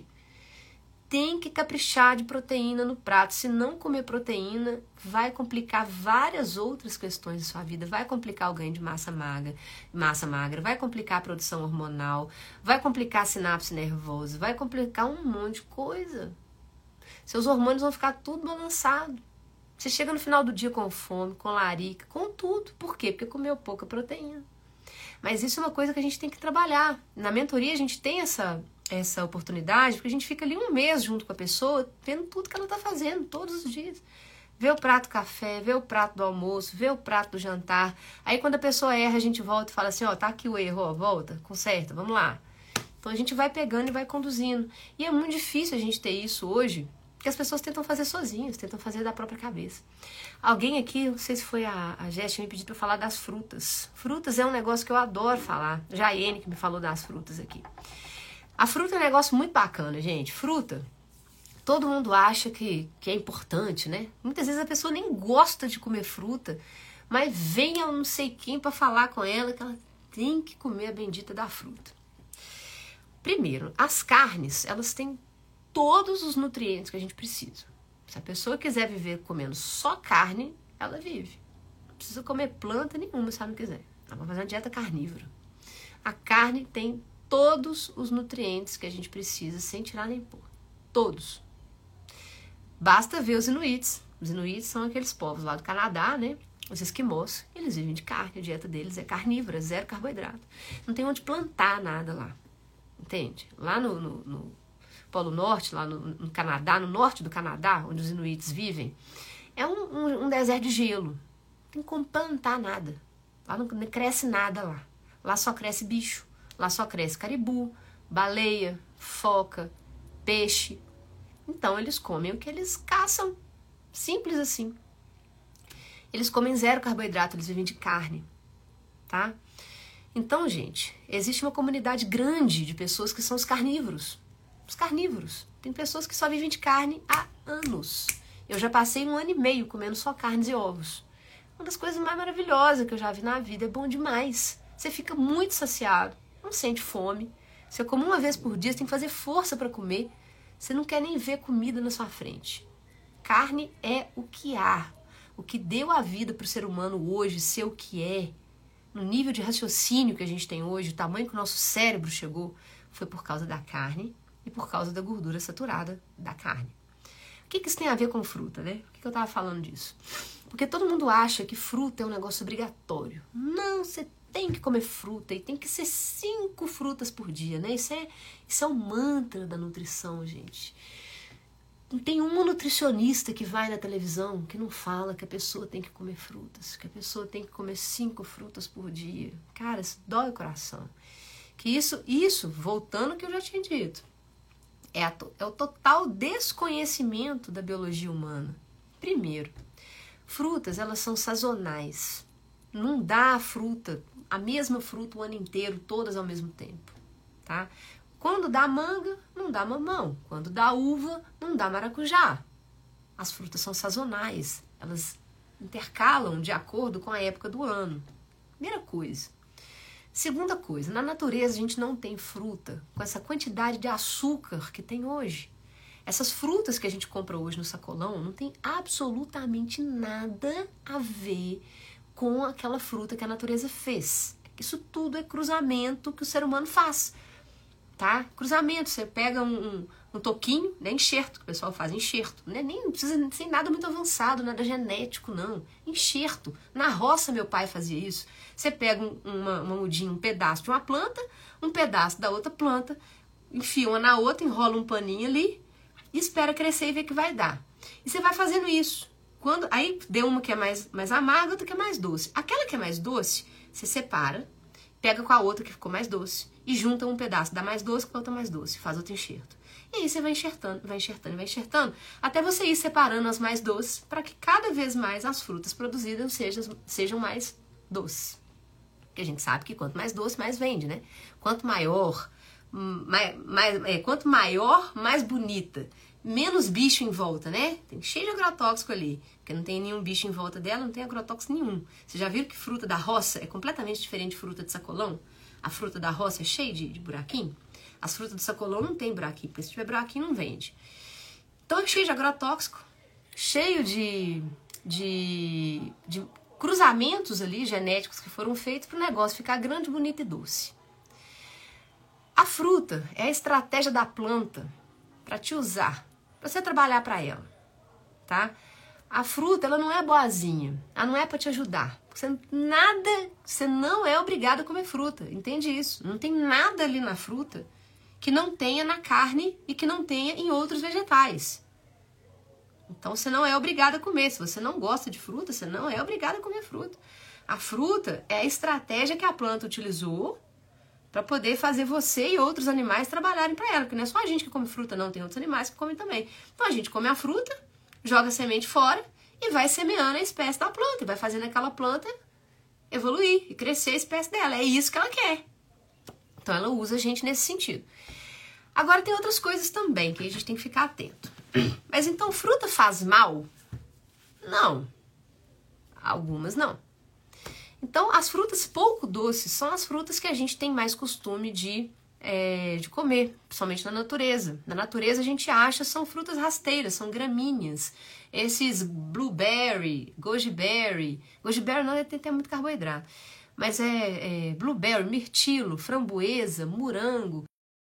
Tem que caprichar de proteína no prato. Se não comer proteína, vai complicar várias outras questões da sua vida. Vai complicar o ganho de massa magra, massa magra, vai complicar a produção hormonal, vai complicar a sinapse nervosa, vai complicar um monte de coisa. Seus hormônios vão ficar tudo balançado. Você chega no final do dia com fome, com larica, com tudo. Por quê? Porque comeu pouca proteína. Mas isso é uma coisa que a gente tem que trabalhar. Na mentoria a gente tem essa... essa oportunidade, porque a gente fica ali um mês junto com a pessoa, vendo tudo que ela tá fazendo, todos os dias. Vê o prato do café, vê o prato do almoço, vê o prato do jantar. Aí quando a pessoa erra, a gente volta e fala assim, ó, tá aqui o erro, ó, volta, conserta, vamos lá. Então a gente vai pegando e vai conduzindo. E é muito difícil a gente ter isso hoje, porque as pessoas tentam fazer sozinhas, tentam fazer da própria cabeça. Alguém aqui, não sei se foi a, a Jéssica, me pediu pra falar das frutas. Frutas é um negócio que eu adoro falar. Já a Iene que me falou das frutas aqui. A fruta é um negócio muito bacana, gente. Fruta, todo mundo acha que, que é importante, né? Muitas vezes a pessoa nem gosta de comer fruta, mas vem a não sei quem para falar com ela que ela tem que comer a bendita da fruta. Primeiro, as carnes, elas têm todos os nutrientes que a gente precisa. Se a pessoa quiser viver comendo só carne, ela vive. Não precisa comer planta nenhuma se ela não quiser. Ela vai fazer uma dieta carnívora. A carne tem todos os nutrientes que a gente precisa, sem tirar nem pôr. Todos. Basta ver os inuits. Os inuits são aqueles povos lá do Canadá, né? Os esquimós. Eles vivem de carne. A dieta deles é carnívora, zero carboidrato. Não tem onde plantar nada lá. Entende? Lá no, no, no Polo Norte, lá no, no Canadá, no norte do Canadá, onde os inuits vivem, é um, um, um deserto de gelo. Não tem como plantar nada. Lá não cresce nada lá. Lá só cresce bicho. Lá só cresce caribu, baleia, foca, peixe. Então eles comem o que eles caçam. Simples assim. Eles comem zero carboidrato, eles vivem de carne. Tá? Então, gente, existe uma comunidade grande de pessoas que são os carnívoros. Os carnívoros. Tem pessoas que só vivem de carne há anos. Eu já passei um ano e meio comendo só carnes e ovos. Uma das coisas mais maravilhosas que eu já vi na vida. É bom demais. Você fica muito saciado. Não sente fome. Você come uma vez por dia, você tem que fazer força para comer. Você não quer nem ver comida na sua frente. Carne é o que há. O que deu a vida para o ser humano hoje ser o que é, no nível de raciocínio que a gente tem hoje, o tamanho que o nosso cérebro chegou, foi por causa da carne e por causa da gordura saturada da carne. O que, que isso tem a ver com fruta, né? Por que, que eu tava falando disso? Porque todo mundo acha que fruta é um negócio obrigatório. Não, você tem que comer fruta e tem que ser cinco frutas por dia, né? Isso é, isso é um mantra da nutrição, gente. Não tem uma nutricionista que vai na televisão que não fala que a pessoa tem que comer frutas, que a pessoa tem que comer cinco frutas por dia. Cara, isso dói o coração. Que isso, isso, voltando ao que eu já tinha dito, é, a, é o total desconhecimento da biologia humana. Primeiro, frutas, elas são sazonais. Não dá a fruta, a mesma fruta o ano inteiro, todas ao mesmo tempo, tá? Quando dá manga, não dá mamão. Quando dá uva, não dá maracujá. As frutas são sazonais. Elas intercalam de acordo com a época do ano. Primeira coisa. Segunda coisa, na natureza a gente não tem fruta com essa quantidade de açúcar que tem hoje. Essas frutas que a gente compra hoje no sacolão não tem absolutamente nada a ver com aquela fruta que a natureza fez. Isso tudo é cruzamento que o ser humano faz. Tá? Cruzamento, você pega um, um, um toquinho, né? Enxerto, que o pessoal faz, enxerto. Né? Nem precisa ser nada muito avançado, nada genético, não. Enxerto. Na roça, meu pai fazia isso. Você pega um, uma, uma mudinha, um pedaço de uma planta, um pedaço da outra planta, enfia uma na outra, enrola um paninho ali e espera crescer e ver o que vai dar. E você vai fazendo isso. Quando, aí deu uma que é mais, mais amarga, outra que é mais doce. Aquela que é mais doce, você separa, pega com a outra que ficou mais doce e junta um pedaço da mais doce com a outra mais doce, faz outro enxerto. E aí você vai enxertando, vai enxertando, vai enxertando, até você ir separando as mais doces para que cada vez mais as frutas produzidas sejam, sejam mais doces. Porque a gente sabe que quanto mais doce, mais vende, né? Quanto maior, mais, mais, é, quanto maior, mais bonita. Menos bicho em volta, né? Tem cheio de agrotóxico ali, porque não tem nenhum bicho em volta dela, não tem agrotóxico nenhum. Vocês já viram que fruta da roça é completamente diferente de fruta de sacolão? A fruta da roça é cheia de, de buraquinho. As frutas do sacolão não tem buraquinho, porque se tiver buraquinho não vende. Então é cheio de agrotóxico, cheio de, de, de cruzamentos ali genéticos que foram feitos para o negócio ficar grande, bonito e doce. A fruta é a estratégia da planta para te usar, para você trabalhar para ela, tá? A fruta, ela não é boazinha, ela não é para te ajudar. Você, nada, você não é obrigado a comer fruta, entende isso? Não tem nada ali na fruta que não tenha na carne e que não tenha em outros vegetais. Então você não é obrigado a comer. Se você não gosta de fruta, você não é obrigado a comer fruta. A fruta é a estratégia que a planta utilizou para poder fazer você e outros animais trabalharem para ela. Porque não é só a gente que come fruta, não. Tem outros animais que comem também. Então a gente come a fruta, joga a semente fora e vai semeando a espécie da planta. E vai fazendo aquela planta evoluir e crescer a espécie dela. É isso que ela quer. Então ela usa a gente nesse sentido. Agora tem outras coisas também que a gente tem que ficar atento. Mas então fruta faz mal? Não. Algumas não. Então as frutas pouco doces são as frutas que a gente tem mais costume de, é, de comer, principalmente na natureza. Na natureza a gente acha são frutas rasteiras, são gramíneas. Esses blueberry, goji berry, goji berry não tem, tem muito carboidrato, mas é, é blueberry, mirtilo, framboesa, morango.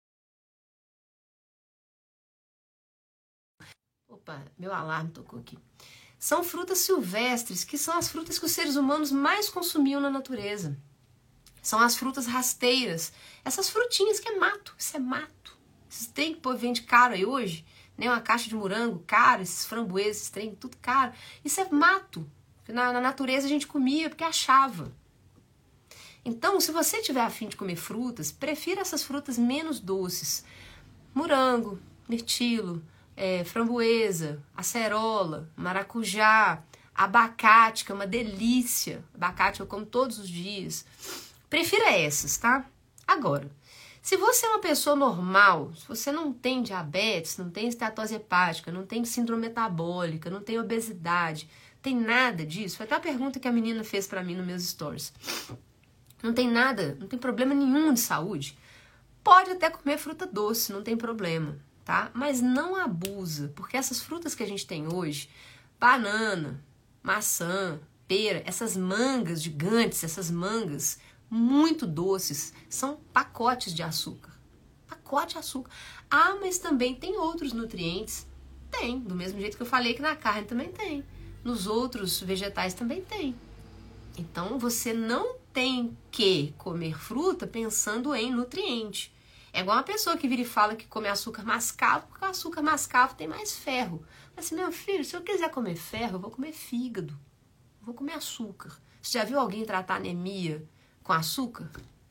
Opa, meu alarme tocou aqui. São frutas silvestres, que são as frutas que os seres humanos mais consumiam na natureza. São as frutas rasteiras. Essas frutinhas que é mato, isso é mato. Esses trem que o povo vende caro aí hoje, né? Uma caixa de morango caro, esses framboesas, esses trem, tudo caro. Isso é mato. Na, na natureza a gente comia porque achava. Então, se você tiver a fim de comer frutas, prefira essas frutas menos doces. Morango, mirtilo, É, framboesa, acerola, maracujá, abacate, que é uma delícia. Abacate eu como todos os dias. Prefira essas, tá? Agora, se você é uma pessoa normal, se você não tem diabetes, não tem esteatose hepática, não tem síndrome metabólica, não tem obesidade, tem nada disso. Foi até a pergunta que a menina fez pra mim nos meus stories. Não tem nada, não tem problema nenhum de saúde. Pode até comer fruta doce, não tem problema. Tá? Mas não abusa, porque essas frutas que a gente tem hoje, banana, maçã, pera, essas mangas gigantes, essas mangas muito doces, são pacotes de açúcar. Pacote de açúcar. Ah, mas também tem outros nutrientes. Tem, do mesmo jeito que eu falei que na carne também tem. Nos outros vegetais também tem. Então, você não tem que comer fruta pensando em nutriente. É igual uma pessoa que vira e fala que come açúcar mascavo, porque o açúcar mascavo tem mais ferro. Mas assim, meu filho, se eu quiser comer ferro, eu vou comer fígado. Eu vou comer açúcar. Você já viu alguém tratar anemia com açúcar?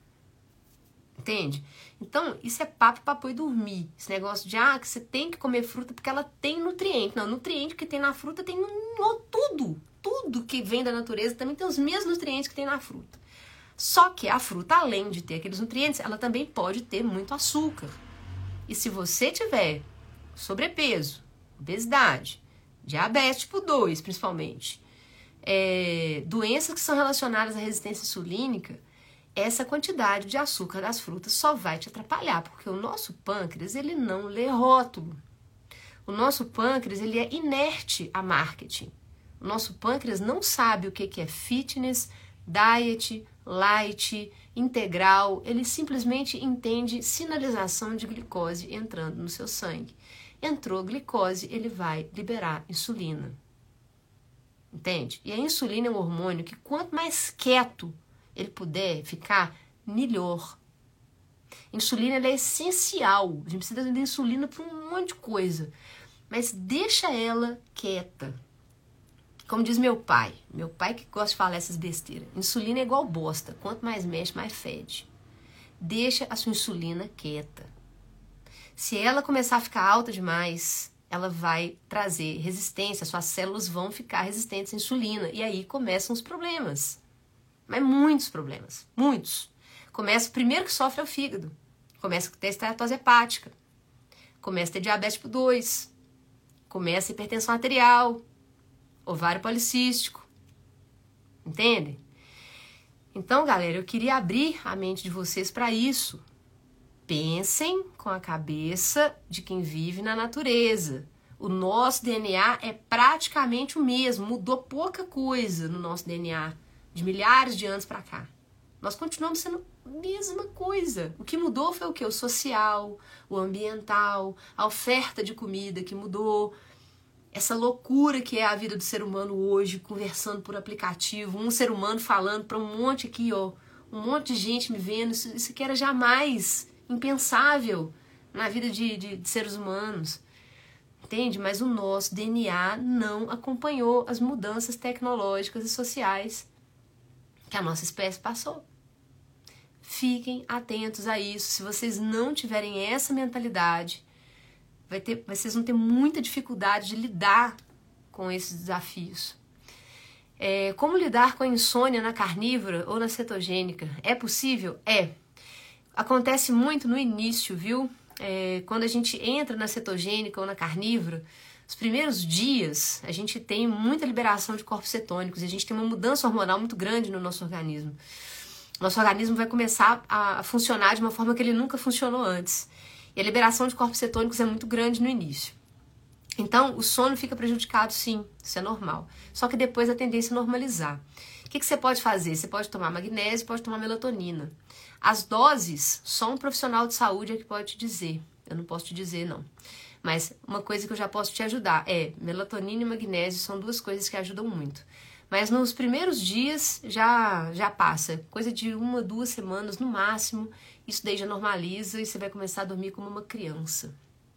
Entende? Então, isso é papo pra pôr e dormir. Esse negócio de, ah, que você tem que comer fruta porque ela tem nutriente. Não, nutriente que tem na fruta tem no tudo. Tudo que vem da natureza também tem os mesmos nutrientes que tem na fruta. Só que a fruta, além de ter aqueles nutrientes, ela também pode ter muito açúcar. E se você tiver sobrepeso, obesidade, diabetes tipo dois, principalmente, é, doenças que são relacionadas à resistência insulínica, essa quantidade de açúcar das frutas só vai te atrapalhar, porque o nosso pâncreas, ele não lê rótulo. O nosso pâncreas, ele é inerte a marketing. O nosso pâncreas não sabe o que é fitness, diet, light, integral. Ele simplesmente entende sinalização de glicose entrando no seu sangue. Entrou glicose, ele vai liberar insulina. Entende? E a insulina é um hormônio que quanto mais quieto ele puder ficar, melhor. Insulina ela é essencial. A gente precisa de insulina para um monte de coisa. Mas deixa ela quieta. Como diz meu pai. Meu pai que gosta de falar essas besteiras. Insulina é igual bosta. Quanto mais mexe, mais fede. Deixa a sua insulina quieta. Se ela começar a ficar alta demais, ela vai trazer resistência. Suas células vão ficar resistentes à insulina. E aí começam os problemas. Mas muitos problemas. Muitos. Começa, o primeiro que sofre é o fígado. Começa a ter esteatose hepática. Começa a ter diabetes tipo dois. Começa a hipertensão arterial. Ovário policístico. Entendem? Então, galera, eu queria abrir a mente de vocês para isso. Pensem com a cabeça de quem vive na natureza. O nosso D N A é praticamente o mesmo. Mudou pouca coisa no nosso D N A de milhares de anos para cá. Nós continuamos sendo a mesma coisa. O que mudou foi o quê? O social, o ambiental, a oferta de comida que mudou. Essa loucura que é a vida do ser humano hoje, conversando por aplicativo, um ser humano falando para um monte aqui, ó, um monte de gente me vendo, isso, isso aqui era jamais impensável na vida de, de, de seres humanos, entende? Mas o nosso D N A não acompanhou as mudanças tecnológicas e sociais que a nossa espécie passou. Fiquem atentos a isso. Se vocês não tiverem essa mentalidade, Vai ter, vocês vão ter muita dificuldade de lidar com esses desafios. É, como lidar com a insônia na carnívora ou na cetogênica? É possível? É. Acontece muito no início, viu? É, quando a gente entra na cetogênica ou na carnívora, os primeiros dias a gente tem muita liberação de corpos cetônicos e a gente tem uma mudança hormonal muito grande no nosso organismo. Nosso organismo vai começar a funcionar de uma forma que ele nunca funcionou antes. E a liberação de corpos cetônicos é muito grande no início. Então, o sono fica prejudicado, sim, isso é normal. Só que depois a tendência é normalizar. O que, que você pode fazer? Você pode tomar magnésio, pode tomar melatonina. As doses, só um profissional de saúde é que pode te dizer. Eu não posso te dizer, não. Mas uma coisa que eu já posso te ajudar é melatonina e magnésio, são duas coisas que ajudam muito. Mas nos primeiros dias já, já passa. Coisa de uma, duas semanas no máximo. Isso daí já normaliza e você vai começar a dormir como uma criança.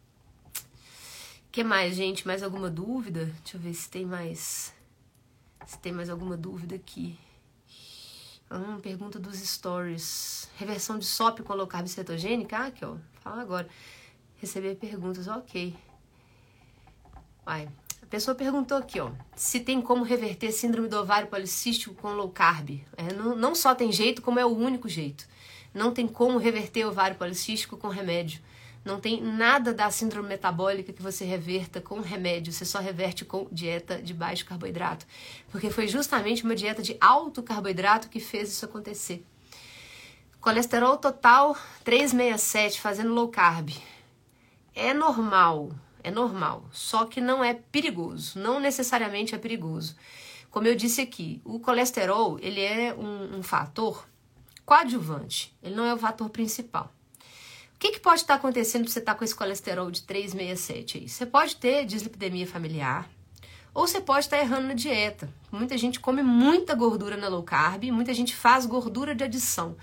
O que mais, gente? Mais alguma dúvida? Deixa eu ver se tem mais... Se tem mais alguma dúvida aqui. Hum, pergunta dos stories. Reversão de S O P com low carb cetogênica? Ah, aqui, ó. Fala agora. Receber perguntas, ok. Vai. A pessoa perguntou aqui, ó, se tem como reverter síndrome do ovário policístico com low carb. É, não, não só tem jeito, como é o único jeito. Não tem como reverter ovário policístico com remédio. Não tem nada da síndrome metabólica que você reverta com remédio. Você só reverte com dieta de baixo carboidrato. Porque foi justamente uma dieta de alto carboidrato que fez isso acontecer. Colesterol total trezentos e sessenta e sete, fazendo low carb. É normal. É normal, só que não é perigoso, não necessariamente é perigoso. Como eu disse aqui, o colesterol ele é um, um fator coadjuvante, ele não é o fator principal. O que, que pode estar acontecendo para você estar com esse colesterol de trezentos e sessenta e sete aí? Você pode ter dislipidemia familiar, ou você pode estar errando na dieta. Muita gente come muita gordura na low carb, muita gente faz gordura de adição.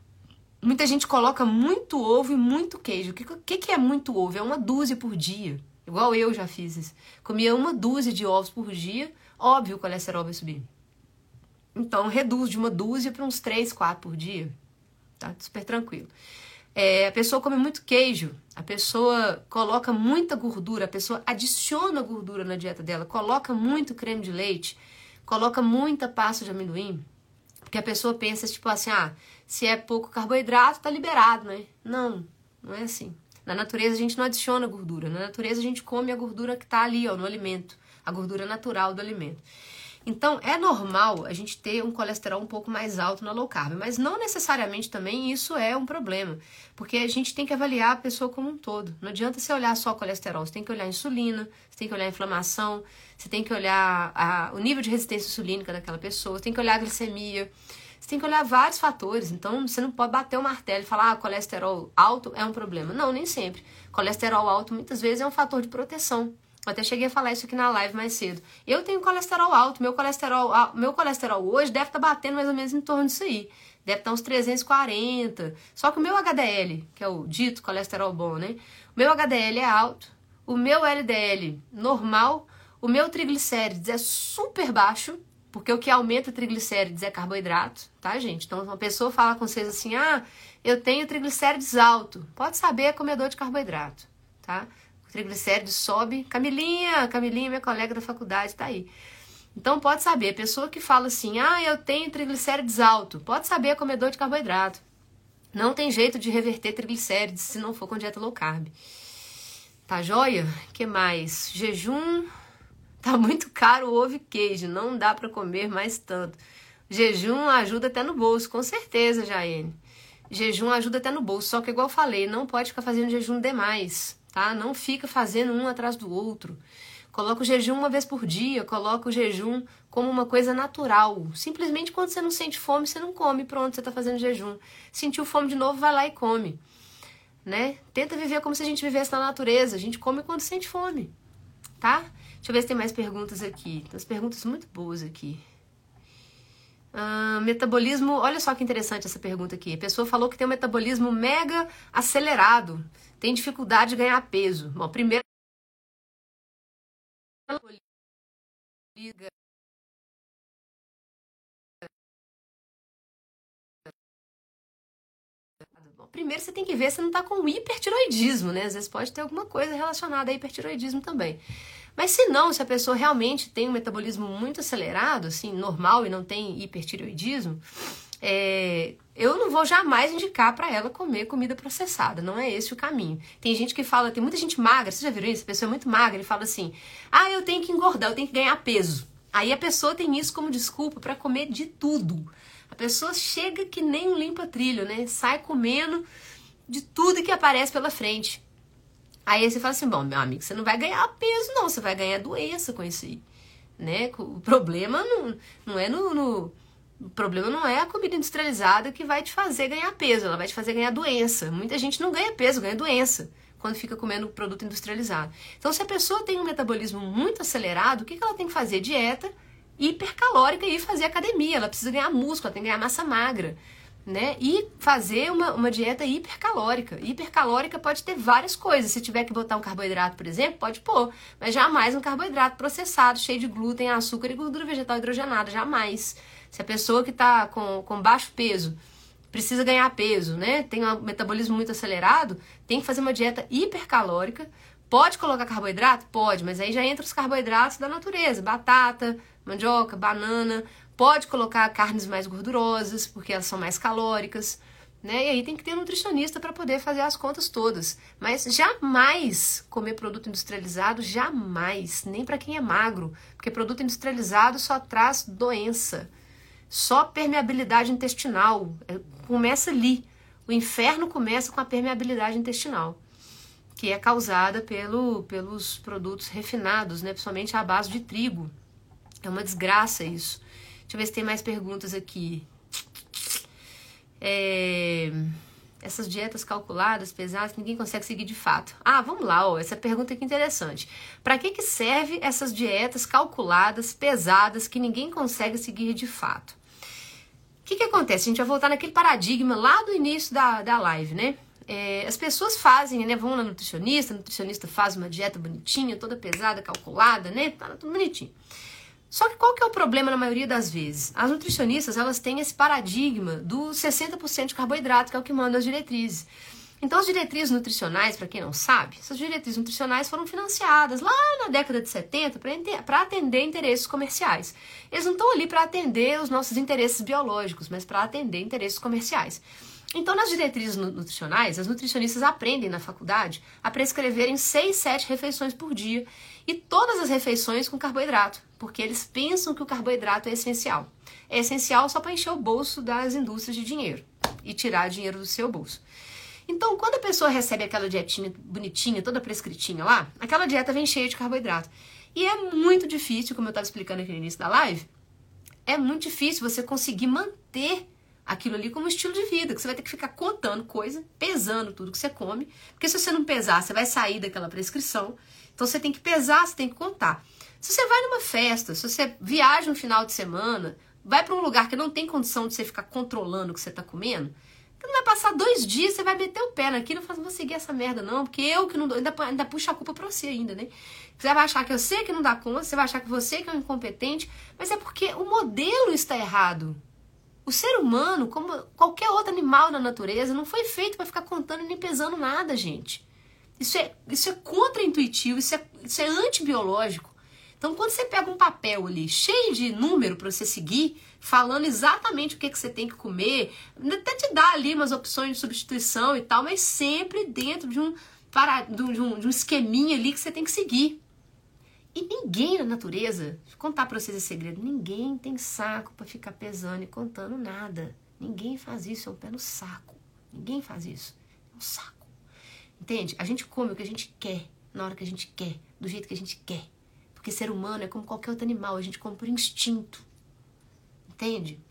Muita gente coloca muito ovo e muito queijo. O que, que, que é muito ovo? É uma dúzia por dia. Igual eu já fiz isso. Comia uma dúzia de ovos por dia, óbvio o colesterol vai subir. Então, reduz de uma dúzia para uns três, quatro por dia. Tá? Super tranquilo. É, a pessoa come muito queijo, a pessoa coloca muita gordura, a pessoa adiciona gordura na dieta dela, coloca muito creme de leite, coloca muita pasta de amendoim, porque a pessoa pensa, tipo assim, ah, se é pouco carboidrato, tá liberado, né? Não, não é assim. Na natureza a gente não adiciona gordura, na natureza a gente come a gordura que tá ali, ó, no alimento, a gordura natural do alimento. Então, é normal a gente ter um colesterol um pouco mais alto na low carb, mas não necessariamente também isso é um problema, porque a gente tem que avaliar a pessoa como um todo. Não adianta você olhar só o colesterol, você tem que olhar a insulina, você tem que olhar a inflamação, você tem que olhar a, o nível de resistência insulínica daquela pessoa, você tem que olhar a glicemia, você tem que olhar vários fatores. Então, você não pode bater o martelo e falar, ah, colesterol alto é um problema. Não, nem sempre. Colesterol alto muitas vezes é um fator de proteção. Eu até cheguei a falar isso aqui na live mais cedo. Eu tenho colesterol alto, meu colesterol, meu colesterol hoje deve estar batendo mais ou menos em torno disso aí. Deve estar uns trezentos e quarenta. Só que o meu H D L, que é o dito colesterol bom, né? O meu H D L é alto, o meu L D L normal, o meu triglicérides é super baixo, porque o que aumenta o triglicérides é carboidrato, tá, gente? Então, uma pessoa fala com vocês assim, ah, eu tenho triglicérides alto. Pode saber, é comedor de carboidrato, tá? O triglicérides sobe. Camilinha, Camilinha, minha colega da faculdade, tá aí. Então, pode saber, pessoa que fala assim, ah, eu tenho triglicérides alto, pode saber, é comedor de carboidrato. Não tem jeito de reverter triglicérides se não for com dieta low carb. Tá joia? O que mais? Jejum. Tá muito caro o ovo e queijo, não dá pra comer mais tanto. Jejum ajuda até no bolso, com certeza, Jaene. Jejum ajuda até no bolso, só que igual eu falei, não pode ficar fazendo jejum demais, tá? Não fica fazendo um atrás do outro. Coloca o jejum uma vez por dia, coloca o jejum como uma coisa natural. Simplesmente quando você não sente fome, você não come, pronto, você tá fazendo jejum. Sentiu fome de novo, vai lá e come, né? Tenta viver como se a gente vivesse na natureza, a gente come quando sente fome, tá? Deixa eu ver se tem mais perguntas aqui. Tem umas perguntas muito boas aqui. Uh, metabolismo... Olha só que interessante essa pergunta aqui. A pessoa falou que tem um metabolismo mega acelerado. Tem dificuldade de ganhar peso. Bom, primeiro... Bom, primeiro você tem que ver se não tá com hipertiroidismo, né? Às vezes pode ter alguma coisa relacionada a hipertiroidismo também. Mas se não, se a pessoa realmente tem um metabolismo muito acelerado, assim, normal e não tem hipertireoidismo, é, eu não vou jamais indicar para ela comer comida processada, não é esse o caminho. Tem gente que fala, tem muita gente magra, vocês já viram isso? A pessoa é muito magra e fala assim, ah, eu tenho que engordar, eu tenho que ganhar peso. Aí a pessoa tem isso como desculpa para comer de tudo. A pessoa chega que nem um limpa-trilho, né? Sai comendo de tudo que aparece pela frente. Aí você fala assim, bom, meu amigo, você não vai ganhar peso, não, você vai ganhar doença com isso aí, né? O problema não, não é no, no... O problema não é a comida industrializada que vai te fazer ganhar peso, ela vai te fazer ganhar doença. Muita gente não ganha peso, ganha doença quando fica comendo produto industrializado. Então, se a pessoa tem um metabolismo muito acelerado, o que ela tem que fazer? Dieta hipercalórica e fazer academia. Ela precisa ganhar músculo, ela tem que ganhar massa magra, né? E fazer uma, uma dieta hipercalórica. Hipercalórica pode ter várias coisas. Se tiver que botar um carboidrato, por exemplo, pode pôr. Mas jamais um carboidrato processado, cheio de glúten, açúcar e gordura vegetal hidrogenada. Jamais. Se a pessoa que está com, com baixo peso precisa ganhar peso, né? Tem um metabolismo muito acelerado, tem que fazer uma dieta hipercalórica. Pode colocar carboidrato? Pode, mas aí já entra os carboidratos da natureza. Batata, mandioca, banana. Pode colocar carnes mais gordurosas, porque elas são mais calóricas, né? E aí tem que ter um nutricionista para poder fazer as contas todas. Mas jamais comer produto industrializado, jamais. Nem para quem é magro, porque produto industrializado só traz doença. Só permeabilidade intestinal. Começa ali. O inferno começa com a permeabilidade intestinal, que é causada pelo, pelos produtos refinados, né? Principalmente à base de trigo. É uma desgraça isso. Deixa eu ver se tem mais perguntas aqui. É... essas dietas calculadas, pesadas, que ninguém consegue seguir de fato? Ah, vamos lá, ó, essa pergunta aqui é interessante. Para que que serve essas dietas calculadas, pesadas, que ninguém consegue seguir de fato? O que que acontece? A gente vai voltar naquele paradigma lá do início da, da live, né? É, as pessoas fazem, né? Vão na nutricionista, a nutricionista faz uma dieta bonitinha, toda pesada, calculada, né? Tá tudo bonitinho. Só que qual que é o problema na maioria das vezes? As nutricionistas, elas têm esse paradigma do sessenta por cento de carboidrato, que é o que manda as diretrizes. Então, as diretrizes nutricionais, para quem não sabe, essas diretrizes nutricionais foram financiadas lá na década de setenta para atender interesses comerciais. Eles não estão ali para atender os nossos interesses biológicos, mas para atender interesses comerciais. Então, nas diretrizes nutricionais, as nutricionistas aprendem na faculdade a prescreverem seis, sete refeições por dia e todas as refeições com carboidrato, porque eles pensam que o carboidrato é essencial. É essencial só para encher o bolso das indústrias de dinheiro e tirar dinheiro do seu bolso. Então, quando a pessoa recebe aquela dietinha bonitinha, toda prescritinha lá, aquela dieta vem cheia de carboidrato. E é muito difícil, como eu estava explicando aqui no início da live, é muito difícil você conseguir manter aquilo ali como estilo de vida, que você vai ter que ficar contando coisa, pesando tudo que você come, porque se você não pesar, você vai sair daquela prescrição. Então você tem que pesar, você tem que contar. Se você vai numa festa, se você viaja no final de semana, vai para um lugar que não tem condição de você ficar controlando o que você está comendo, não vai passar dois dias, você vai meter o pé naquilo e falar, não vou seguir essa merda não, porque eu que não dou, ainda, ainda puxa a culpa pra você ainda, né? Você vai achar que eu sei que não dá conta, você vai achar que você que é um incompetente, mas é porque o modelo está errado. O ser humano, como qualquer outro animal na natureza, não foi feito para ficar contando nem pesando nada, gente. Isso é, isso é contra-intuitivo, isso é, isso é antibiológico. Então, quando você pega um papel ali cheio de número para você seguir, falando exatamente o que, que você tem que comer, até te dá ali umas opções de substituição e tal, mas sempre dentro de um, para, de um, de um esqueminha ali que você tem que seguir. E ninguém na natureza, vou contar para vocês esse segredo, ninguém tem saco para ficar pesando e contando nada. Ninguém faz isso, é um pé no saco. Ninguém faz isso, é um saco. Entende? A gente come o que a gente quer, na hora que a gente quer, do jeito que a gente quer. Porque ser humano é como qualquer outro animal, a gente come por instinto. Entende?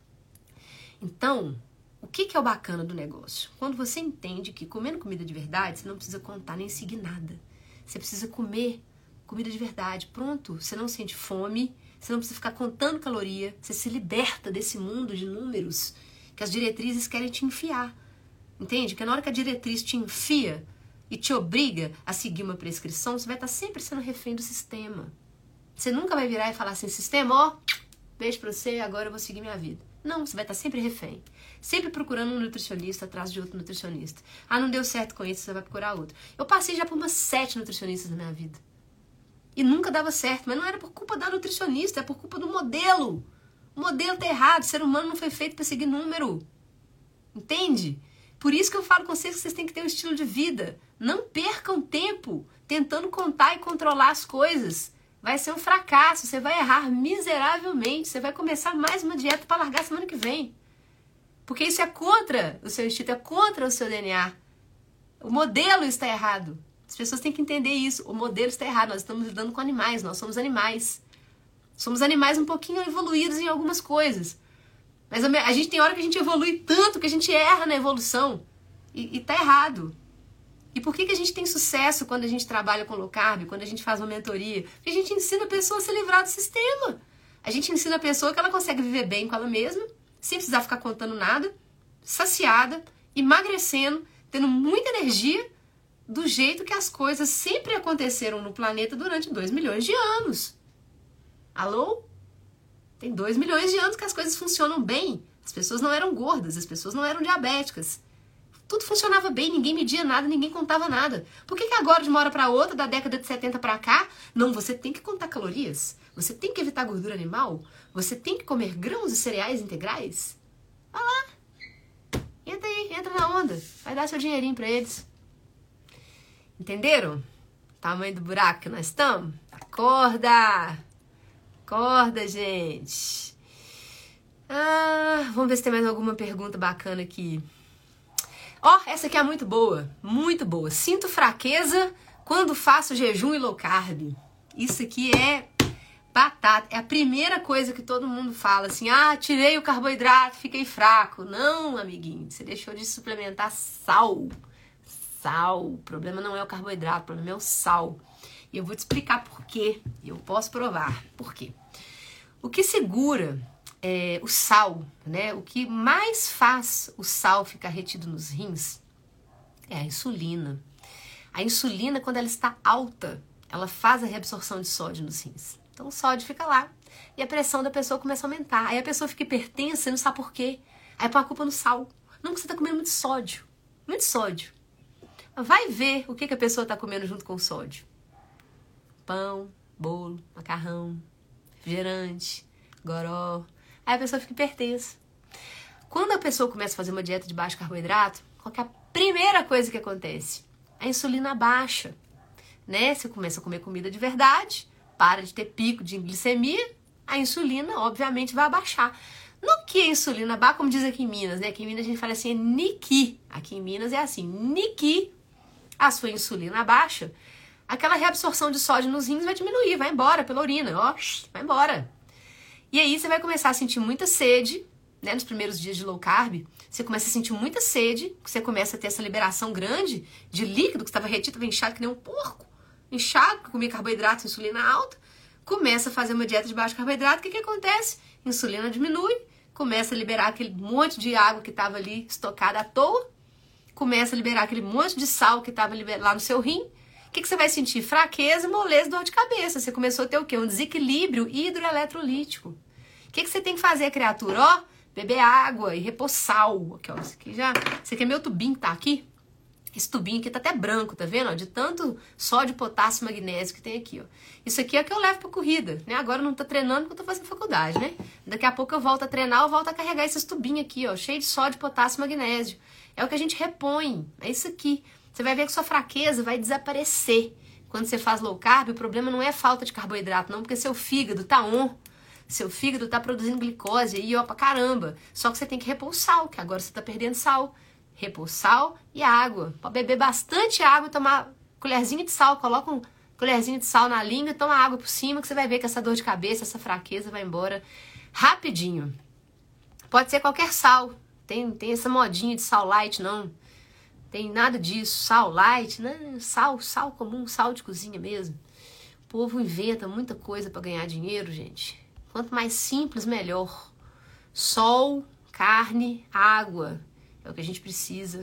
Então, o que, que é o bacana do negócio? Quando você entende que comendo comida de verdade, você não precisa contar nem seguir nada. Você precisa comer comida de verdade. Pronto, você não sente fome, você não precisa ficar contando caloria, você se liberta desse mundo de números que as diretrizes querem te enfiar. Entende? Porque na hora que a diretriz te enfia e te obriga a seguir uma prescrição, você vai estar sempre sendo refém do sistema. Você nunca vai virar e falar assim, sistema, ó, beijo pra você, agora eu vou seguir minha vida. Não, você vai estar sempre refém. Sempre procurando um nutricionista atrás de outro nutricionista. Ah, não deu certo com isso, você vai procurar outro. Eu passei já por umas sete nutricionistas na minha vida. E nunca dava certo, mas não era por culpa da nutricionista, é por culpa do modelo. O modelo tá errado, o ser humano não foi feito para seguir número. Entende? Por isso que eu falo com vocês que vocês têm que ter um estilo de vida. Não percam tempo tentando contar e controlar as coisas. Vai ser um fracasso, você vai errar miseravelmente, você vai começar mais uma dieta para largar semana que vem. Porque isso é contra o seu instinto, é contra o seu D N A. O modelo está errado. As pessoas têm que entender isso. O modelo está errado, nós estamos lidando com animais, nós somos animais. Somos animais um pouquinho evoluídos em algumas coisas. Mas a, a gente tem hora que a gente evolui tanto que a gente erra na evolução. E, e tá errado. E por que, que a gente tem sucesso quando a gente trabalha com low carb, quando a gente faz uma mentoria? Porque a gente ensina a pessoa a se livrar do sistema. A gente ensina a pessoa que ela consegue viver bem com ela mesma, sem precisar ficar contando nada, saciada, emagrecendo, tendo muita energia, do jeito que as coisas sempre aconteceram no planeta durante dois milhões de anos. Alô? Tem dois milhões de anos que as coisas funcionam bem. As pessoas não eram gordas, as pessoas não eram diabéticas. Tudo funcionava bem, ninguém media nada, ninguém contava nada. Por que que agora, de uma hora para outra, da década de setenta para cá, não, você tem que contar calorias, você tem que evitar gordura animal, você tem que comer grãos e cereais integrais? Vai lá. Entra aí, entra na onda. Vai dar seu dinheirinho para eles. Entenderam? Tamanho do buraco que nós estamos? Acorda! Acorda, gente! Ah, vamos ver se tem mais alguma pergunta bacana aqui. Ó, oh, essa aqui é muito boa, muito boa. Sinto fraqueza quando faço jejum e low carb. Isso aqui é Batata. É a primeira coisa que todo mundo fala, assim, ah, tirei o carboidrato, fiquei fraco. Não, amiguinho, você deixou de suplementar sal. Sal. O problema não é o carboidrato, o problema é o sal. E eu vou te explicar por quê. Eu posso provar por quê. O que segura é, o sal, né? O que mais faz o sal ficar retido nos rins é a insulina. A insulina, quando ela está alta, ela faz a reabsorção de sódio nos rins. Então o sódio fica lá e a pressão da pessoa começa a aumentar. Aí a pessoa fica hipertensa e não sabe por quê. Aí põe a culpa no sal. Não, porque você está comendo muito sódio. Muito sódio. Vai ver o que, que a pessoa está comendo junto com o sódio. Pão, bolo, macarrão, refrigerante, goró. Aí a pessoa fica hipertensa. Quando a pessoa começa a fazer uma dieta de baixo carboidrato, qual que é a primeira coisa que acontece? A insulina baixa, né? Você começa a comer comida de verdade, para de ter pico de glicemia, a insulina, obviamente, vai abaixar. No que a insulina baixa, como diz aqui em Minas, né? Aqui em Minas a gente fala assim, é niqui. Aqui em Minas é assim, niqui, a sua insulina baixa, aquela reabsorção de sódio nos rins vai diminuir, vai embora pela urina, ó, vai embora. E aí você vai começar a sentir muita sede, né? Nos primeiros dias de low carb, você começa a sentir muita sede, você começa a ter essa liberação grande de líquido que estava retido, estava inchado que nem um porco, inchado, porque comia carboidrato, insulina alta, começa a fazer uma dieta de baixo carboidrato, o que que acontece? Insulina diminui, começa a liberar aquele monte de água que estava ali estocada à toa, começa a liberar aquele monte de sal que estava lá no seu rim. O que, que você vai sentir? Fraqueza, moleza, dor de cabeça. Você começou a ter o quê? Um desequilíbrio hidroeletrolítico. O que, que você tem que fazer, criatura? Ó, beber água e repor sal. Aqui, ó, isso aqui já... Esse aqui é meu tubinho, tá aqui? Esse tubinho aqui tá até branco, tá vendo? Ó, de tanto sódio, potássio, magnésio que tem aqui, ó. Isso aqui é o que eu levo pra corrida, né? Agora eu não tô treinando porque eu tô fazendo faculdade, né? Daqui a pouco eu volto a treinar, eu volto a carregar esses tubinhos aqui, ó, cheio de sódio, potássio, magnésio. É o que a gente repõe, é isso aqui. Você vai ver que sua fraqueza vai desaparecer. Quando você faz low carb, o problema não é falta de carboidrato, não, porque seu fígado tá on. Seu fígado tá produzindo glicose aí, ó, pra caramba. Só que você tem que repor o sal, que agora você tá perdendo sal. Repor sal e água. Pode beber bastante água e tomar colherzinha de sal. Coloca um colherzinho de sal na língua e toma água por cima, que você vai ver que essa dor de cabeça, essa fraqueza vai embora rapidinho. Pode ser qualquer sal. Tem, tem essa modinha de sal light, não. Tem nada disso. Sal light, né? Sal, sal comum, sal de cozinha mesmo. O povo inventa muita coisa para ganhar dinheiro, gente. Quanto mais simples, melhor. Sol, carne, água. É o que a gente precisa.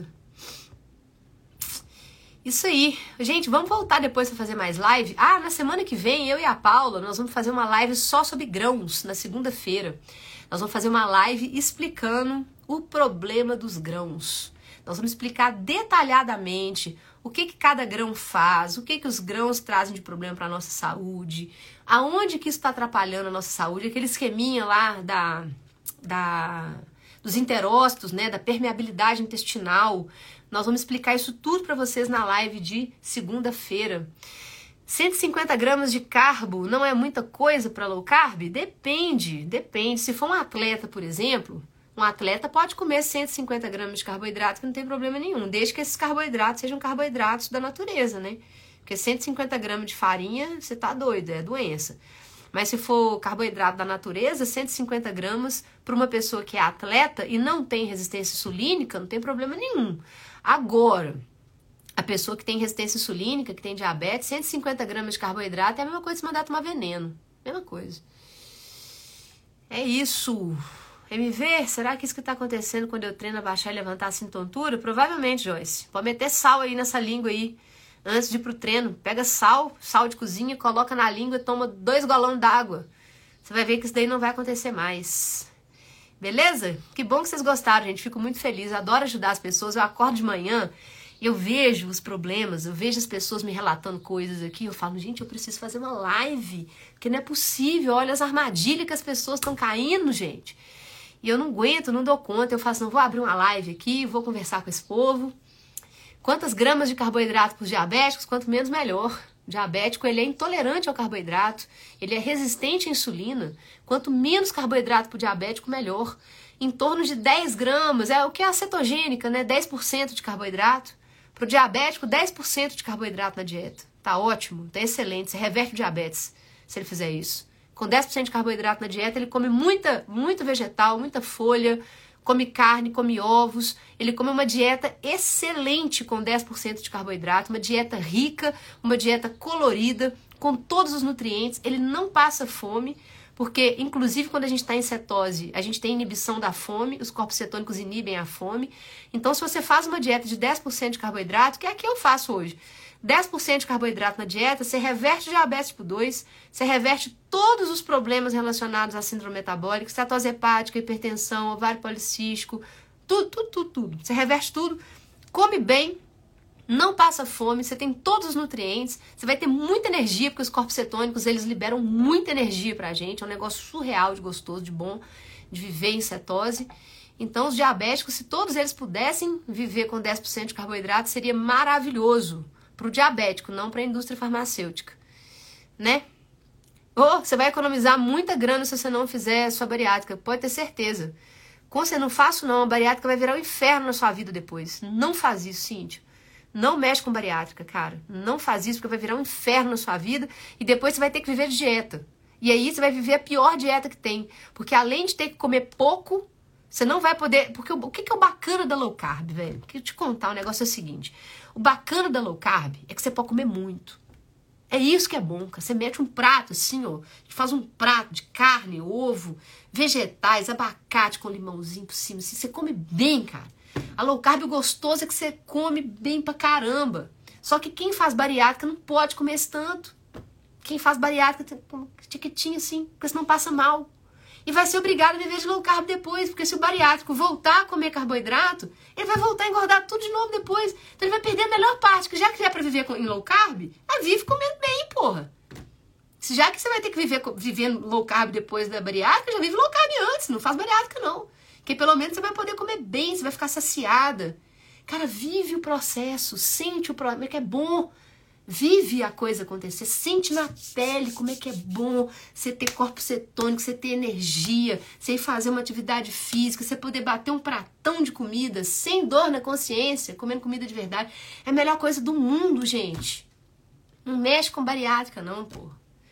Isso aí. Gente, vamos voltar depois para fazer mais live? Ah, na semana que vem, eu e a Paula, nós vamos fazer uma live só sobre grãos, na segunda-feira. Nós vamos fazer uma live explicando o problema dos grãos. Nós vamos explicar detalhadamente o que, que cada grão faz, o que, que os grãos trazem de problema para a nossa saúde, aonde que isso está atrapalhando a nossa saúde, aquele esqueminha lá da, da, dos enterócitos, né, da permeabilidade intestinal. Nós vamos explicar isso tudo para vocês na live de segunda-feira. cento e cinquenta gramas de carbo não é muita coisa para low carb? Depende, depende. Se for um atleta, por exemplo... Um atleta pode comer cento e cinquenta gramas de carboidrato que não tem problema nenhum, desde que esses carboidratos sejam carboidratos da natureza, né? Porque cento e cinquenta gramas de farinha, você tá doido, é doença. Mas se for carboidrato da natureza, cento e cinquenta gramas para uma pessoa que é atleta e não tem resistência insulínica, não tem problema nenhum. Agora, a pessoa que tem resistência insulínica, que tem diabetes, cento e cinquenta gramas de carboidrato é a mesma coisa que se mandar tomar veneno. Mesma coisa. É isso. M V, será que isso que tá acontecendo quando eu treino abaixar e levantar assim tontura? Provavelmente, Joyce. Pode meter sal aí nessa língua aí, antes de ir pro treino. Pega sal, sal de cozinha, coloca na língua e toma dois galões d'água. Você vai ver que isso daí não vai acontecer mais. Beleza? Que bom que vocês gostaram, gente. Fico muito feliz, adoro ajudar as pessoas. Eu acordo de manhã e eu vejo os problemas, eu vejo as pessoas me relatando coisas aqui. Eu falo, gente, eu preciso fazer uma live, porque não é possível. Olha as armadilhas que as pessoas estão caindo, gente. E eu não aguento, não dou conta. Eu faço, não, vou abrir uma live aqui, vou conversar com esse povo. Quantas gramas de carboidrato para os diabéticos? Quanto menos, melhor. O diabético, ele é intolerante ao carboidrato, ele é resistente à insulina. Quanto menos carboidrato para o diabético, melhor. Em torno de dez gramas, é o que é a cetogênica, né? dez por cento de carboidrato. Para o diabético, dez por cento de carboidrato na dieta. Tá ótimo, tá excelente. Você reverte o diabetes se ele fizer isso. Com dez por cento de carboidrato na dieta, ele come muita, muito vegetal, muita folha, come carne, come ovos. Ele come uma dieta excelente com dez por cento de carboidrato, uma dieta rica, uma dieta colorida, com todos os nutrientes. Ele não passa fome, porque, inclusive, quando a gente está em cetose, a gente tem inibição da fome, os corpos cetônicos inibem a fome. Então, se você faz uma dieta de dez por cento de carboidrato, que é a que eu faço hoje, dez por cento de carboidrato na dieta, você reverte diabetes tipo dois, você reverte todos os problemas relacionados à síndrome metabólica, cetose hepática, hipertensão, ovário policístico, tudo, tudo, tudo, tudo. Você reverte tudo, come bem, não passa fome, você tem todos os nutrientes, você vai ter muita energia, porque os corpos cetônicos, eles liberam muita energia pra gente, é um negócio surreal de gostoso, de bom, de viver em cetose. Então, os diabéticos, se todos eles pudessem viver com dez por cento de carboidrato, seria maravilhoso pro diabético, não pra indústria farmacêutica, né? Ou você vai economizar muita grana se você não fizer a sua bariátrica, pode ter certeza. Quando você não faço não, a bariátrica vai virar um inferno na sua vida depois. Não faz isso, Cíntia. Não mexe com bariátrica, cara. Não faz isso, porque vai virar um inferno na sua vida e depois você vai ter que viver de dieta. E aí você vai viver a pior dieta que tem. Porque além de ter que comer pouco, você não vai poder... Porque o que é o bacana da low carb, velho? Quero te contar, o negócio é o seguinte. O bacana da low carb é que você pode comer muito. É isso que é bom, cara. Você mete um prato assim, ó. Faz um prato de carne, ovo, vegetais, abacate com limãozinho por cima. Assim, você come bem, cara. A low carb, o gostoso é que você come bem pra caramba. Só que quem faz bariátrica não pode comer esse tanto. Quem faz bariátrica tem que comer tiquitinho assim, porque senão passa mal. E vai ser obrigado a viver de low carb depois, porque se o bariátrico voltar a comer carboidrato, ele vai voltar a engordar tudo de novo depois. Então ele vai perder a melhor parte, que já que é pra viver em low carb, aí vive comendo bem, porra. Se já que você vai ter que viver vivendo low carb depois da bariátrica, já vive low carb antes, não faz bariátrica não. Porque pelo menos você vai poder comer bem, você vai ficar saciada. Cara, vive o processo, sente o processo, como é que é bom. Vive a coisa acontecer, sente na pele como é que é bom você ter corpo cetônico, você ter energia, você ir fazer uma atividade física, você poder bater um pratão de comida sem dor na consciência, comendo comida de verdade. É a melhor coisa do mundo, gente. Não mexe com bariátrica não, pô.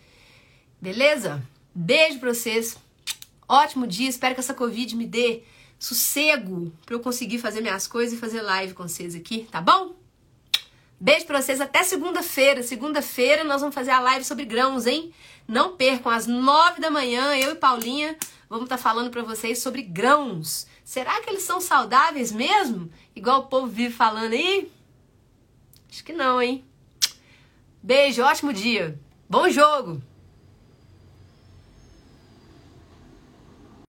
Beleza? Beijo pra vocês. Ótimo dia, espero que essa Covid me dê sossego pra eu conseguir fazer minhas coisas e fazer live com vocês aqui, tá bom? Beijo pra vocês, até segunda-feira. Segunda-feira nós vamos fazer a live sobre grãos, hein? Não percam, às nove da manhã, eu e Paulinha vamos estar falando pra vocês sobre grãos. Será que eles são saudáveis mesmo? Igual o povo vive falando aí? Acho que não, hein? Beijo, ótimo dia. Bom jogo!